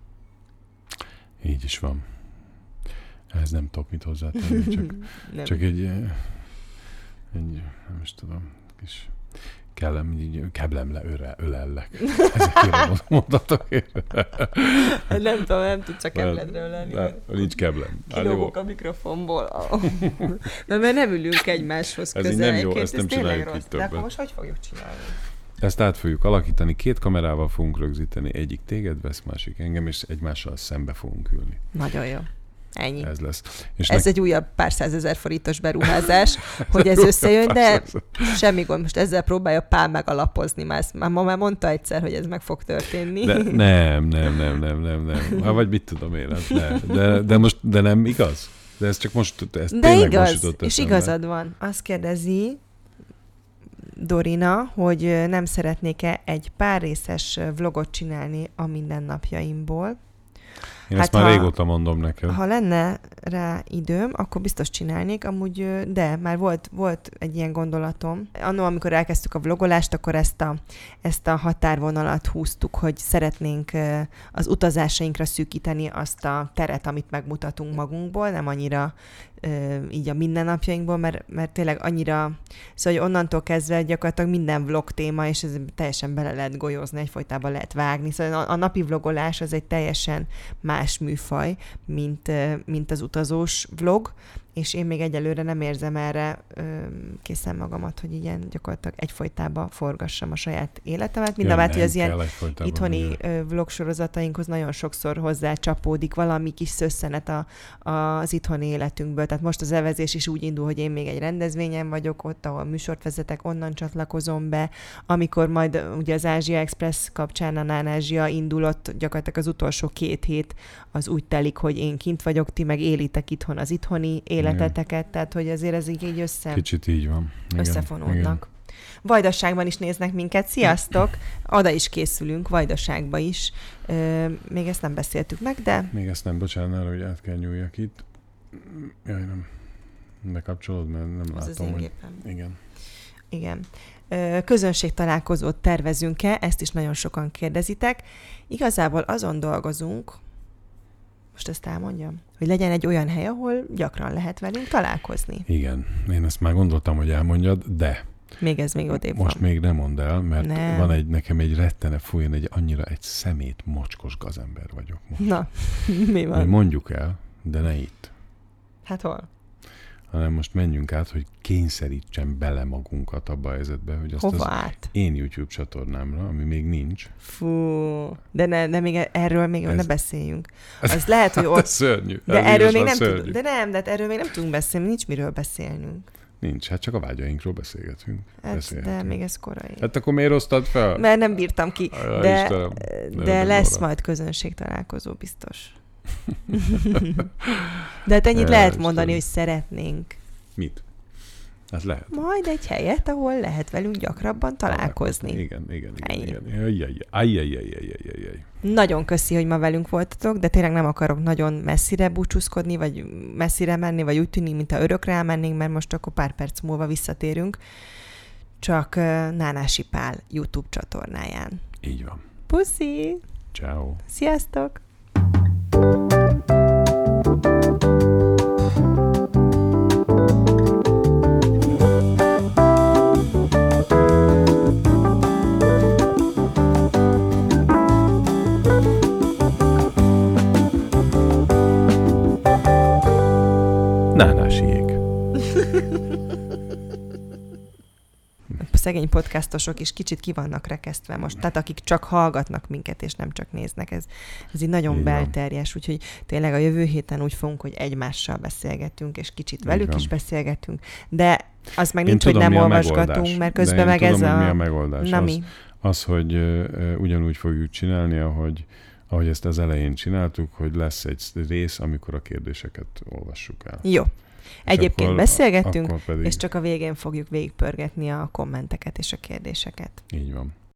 Így is van. Ehhez nem tudok mit hozzátenni, csak, csak egy, egy, nem is tudom, kis kellem, így keblemle öre, ölellek. Ezekére mondatok. Nem tudom, nem tudsz a kebledre ölelni. Nincs keblem. Kilógok a mikrofonból. Na, mert nem ülünk egymáshoz ez közel. Ez így nem jó, ezt nem csináljuk így többet. De akkor most hogy fogjuk csinálni? Ezt át fogjuk alakítani, két kamerával fogunk rögzíteni, egyik téged vesz, másik engem, és egymással szembe fogunk ülni. Nagyon jó. Ennyi. Ez lesz. És ez nek... egy újabb pár százezer forintos beruházás, hogy ez összejön, de semmi gond. Most ezzel próbálja Pál megalapozni. Már, már ma már mondta egyszer, hogy ez meg fog történni. De nem, nem, nem, nem, nem, nem. Há, vagy mit tudom én, hát ne. de, de most, de nem igaz? De ez csak most, ez de tényleg igaz, most jutott és eszembe. igazad van. Azt kérdezi Dorina, hogy nem szeretnék-e egy pár részes vlogot csinálni a mindennapjaimból. Én hát ezt már ha, régóta mondom neked. Ha lenne rá időm, akkor biztos csinálnék, amúgy, de már volt, volt egy ilyen gondolatom. Annó, amikor elkezdtük a vlogolást, akkor ezt a, ezt a határvonalat húztuk, hogy szeretnénk az utazásainkra szűkíteni azt a teret, amit megmutatunk magunkból, nem annyira így a mindennapjainkból, mert, mert tényleg annyira, szóval hogy onnantól kezdve gyakorlatilag minden vlog téma, és ez teljesen bele lehet golyózni, egyfolytában lehet vágni. Szóval a, a napi vlogolás az egy teljesen más műfaj, mint, mint az utazós vlog, és én még egyelőre nem érzem erre ö, készen magamat, hogy ilyen gyakorlatilag egyfolytában forgassam a saját életemet. Mindabát, hogy az ilyen itthoni ö, vlogsorozatainkhoz nagyon sokszor hozzá csapódik valami kis szösszenet a, a, az itthoni életünkből. Tehát most az evezés is úgy indul, hogy én még egy rendezvényen vagyok ott, ahol műsort vezetek, onnan csatlakozom be. Amikor majd ugye az Ázsia Express kapcsán a Nán Ázsia indulott, gyakorlatilag az utolsó két hét az úgy telik, hogy én kint vagyok, ti meg élitek itthon az itthoni életeteket, tehát hogy azért ez így, így össze... Kicsit így van. Igen, összefonódnak. Igen. Vajdaságban is néznek minket. Sziasztok! Oda is készülünk, Vajdaságba is. Ö, még ezt nem beszéltük meg, de... Még ezt nem, bocsánat, hogy át kell nyúljak itt. Jaj, nem. Bekapcsolod, mert nem ez látom, az hogy... Gépem. Igen. Igen. Ö, közönségtalálkozót tervezünk-e? Ezt is nagyon sokan kérdezitek. Igazából azon dolgozunk, most ezt elmondjam, hogy legyen egy olyan hely, ahol gyakran lehet velünk találkozni. Igen, én ezt már gondoltam, hogy elmondjad, de... Még ez még odébb Most van. még nem mondd el, mert nem. van egy, nekem egy rettene fújjon, egy annyira egy szemét, mocskos gazember vagyok most. Na, mi van? Hogy mondjuk el, de ne itt. Hát hol? Hanem most menjünk át, hogy kényszerítsen bele magunkat abba a helyzetbe, hogy azt Hova az át? én YouTube csatornámra, ami még nincs. Fú, de, ne, de még erről még Ez... ne beszéljünk. Az lehet, hogy ott... Ez szörnyű. De ez erről még nem szörnyű. tud... De nem, de erről még nem tudunk beszélni, nincs miről beszélnünk. Nincs, hát csak a vágyainkról beszélgetünk. Hát, de még ez korai. Hát akkor miért osztad fel? Mert nem bírtam ki. Ajaj, de Istenem, de lesz óra. majd közönség találkozó, biztos. De hát ennyit Ja, lehet Istenem. mondani, hogy szeretnénk. Mit? Hát lehet. Majd egy helyet, ahol lehet velünk gyakrabban találkozni. Igen, igen, igen. Ennyi. igen. Ajjajjaj, ajjajjaj, ajjajjaj. Nagyon köszi, hogy ma velünk voltatok, de tényleg nem akarok nagyon messzire búcsúzkodni, vagy messzire menni, vagy úgy tűnik, mint ha örökre elmennénk, mert most akkor pár perc múlva visszatérünk. Csak uh, Nánási Pál YouTube csatornáján. Így van. Puszi! Ciao. Sziasztok! Nánásiék. Szegény podcastosok is kicsit ki vannak rekesztve most, tehát akik csak hallgatnak minket, és nem csak néznek. Ez, ez így nagyon így belterjes, úgyhogy tényleg a jövő héten úgy fogunk, hogy egymással beszélgetünk, és kicsit így velük van. is beszélgetünk, de az meg Én nincs, tudom, hogy nem mi a olvasgatunk, megoldás. mert De közben én meg tudom, ez hogy a... mi a megoldás. Na az, mi? az, hogy uh, ugyanúgy fogjuk csinálni, ahogy, ahogy ezt az elején csináltuk, hogy lesz egy rész, amikor a kérdéseket olvassuk el. Jó. Egyébként akkor, beszélgettünk, akkor pedig... és csak a végén fogjuk végigpörgetni a kommenteket és a kérdéseket. Így van.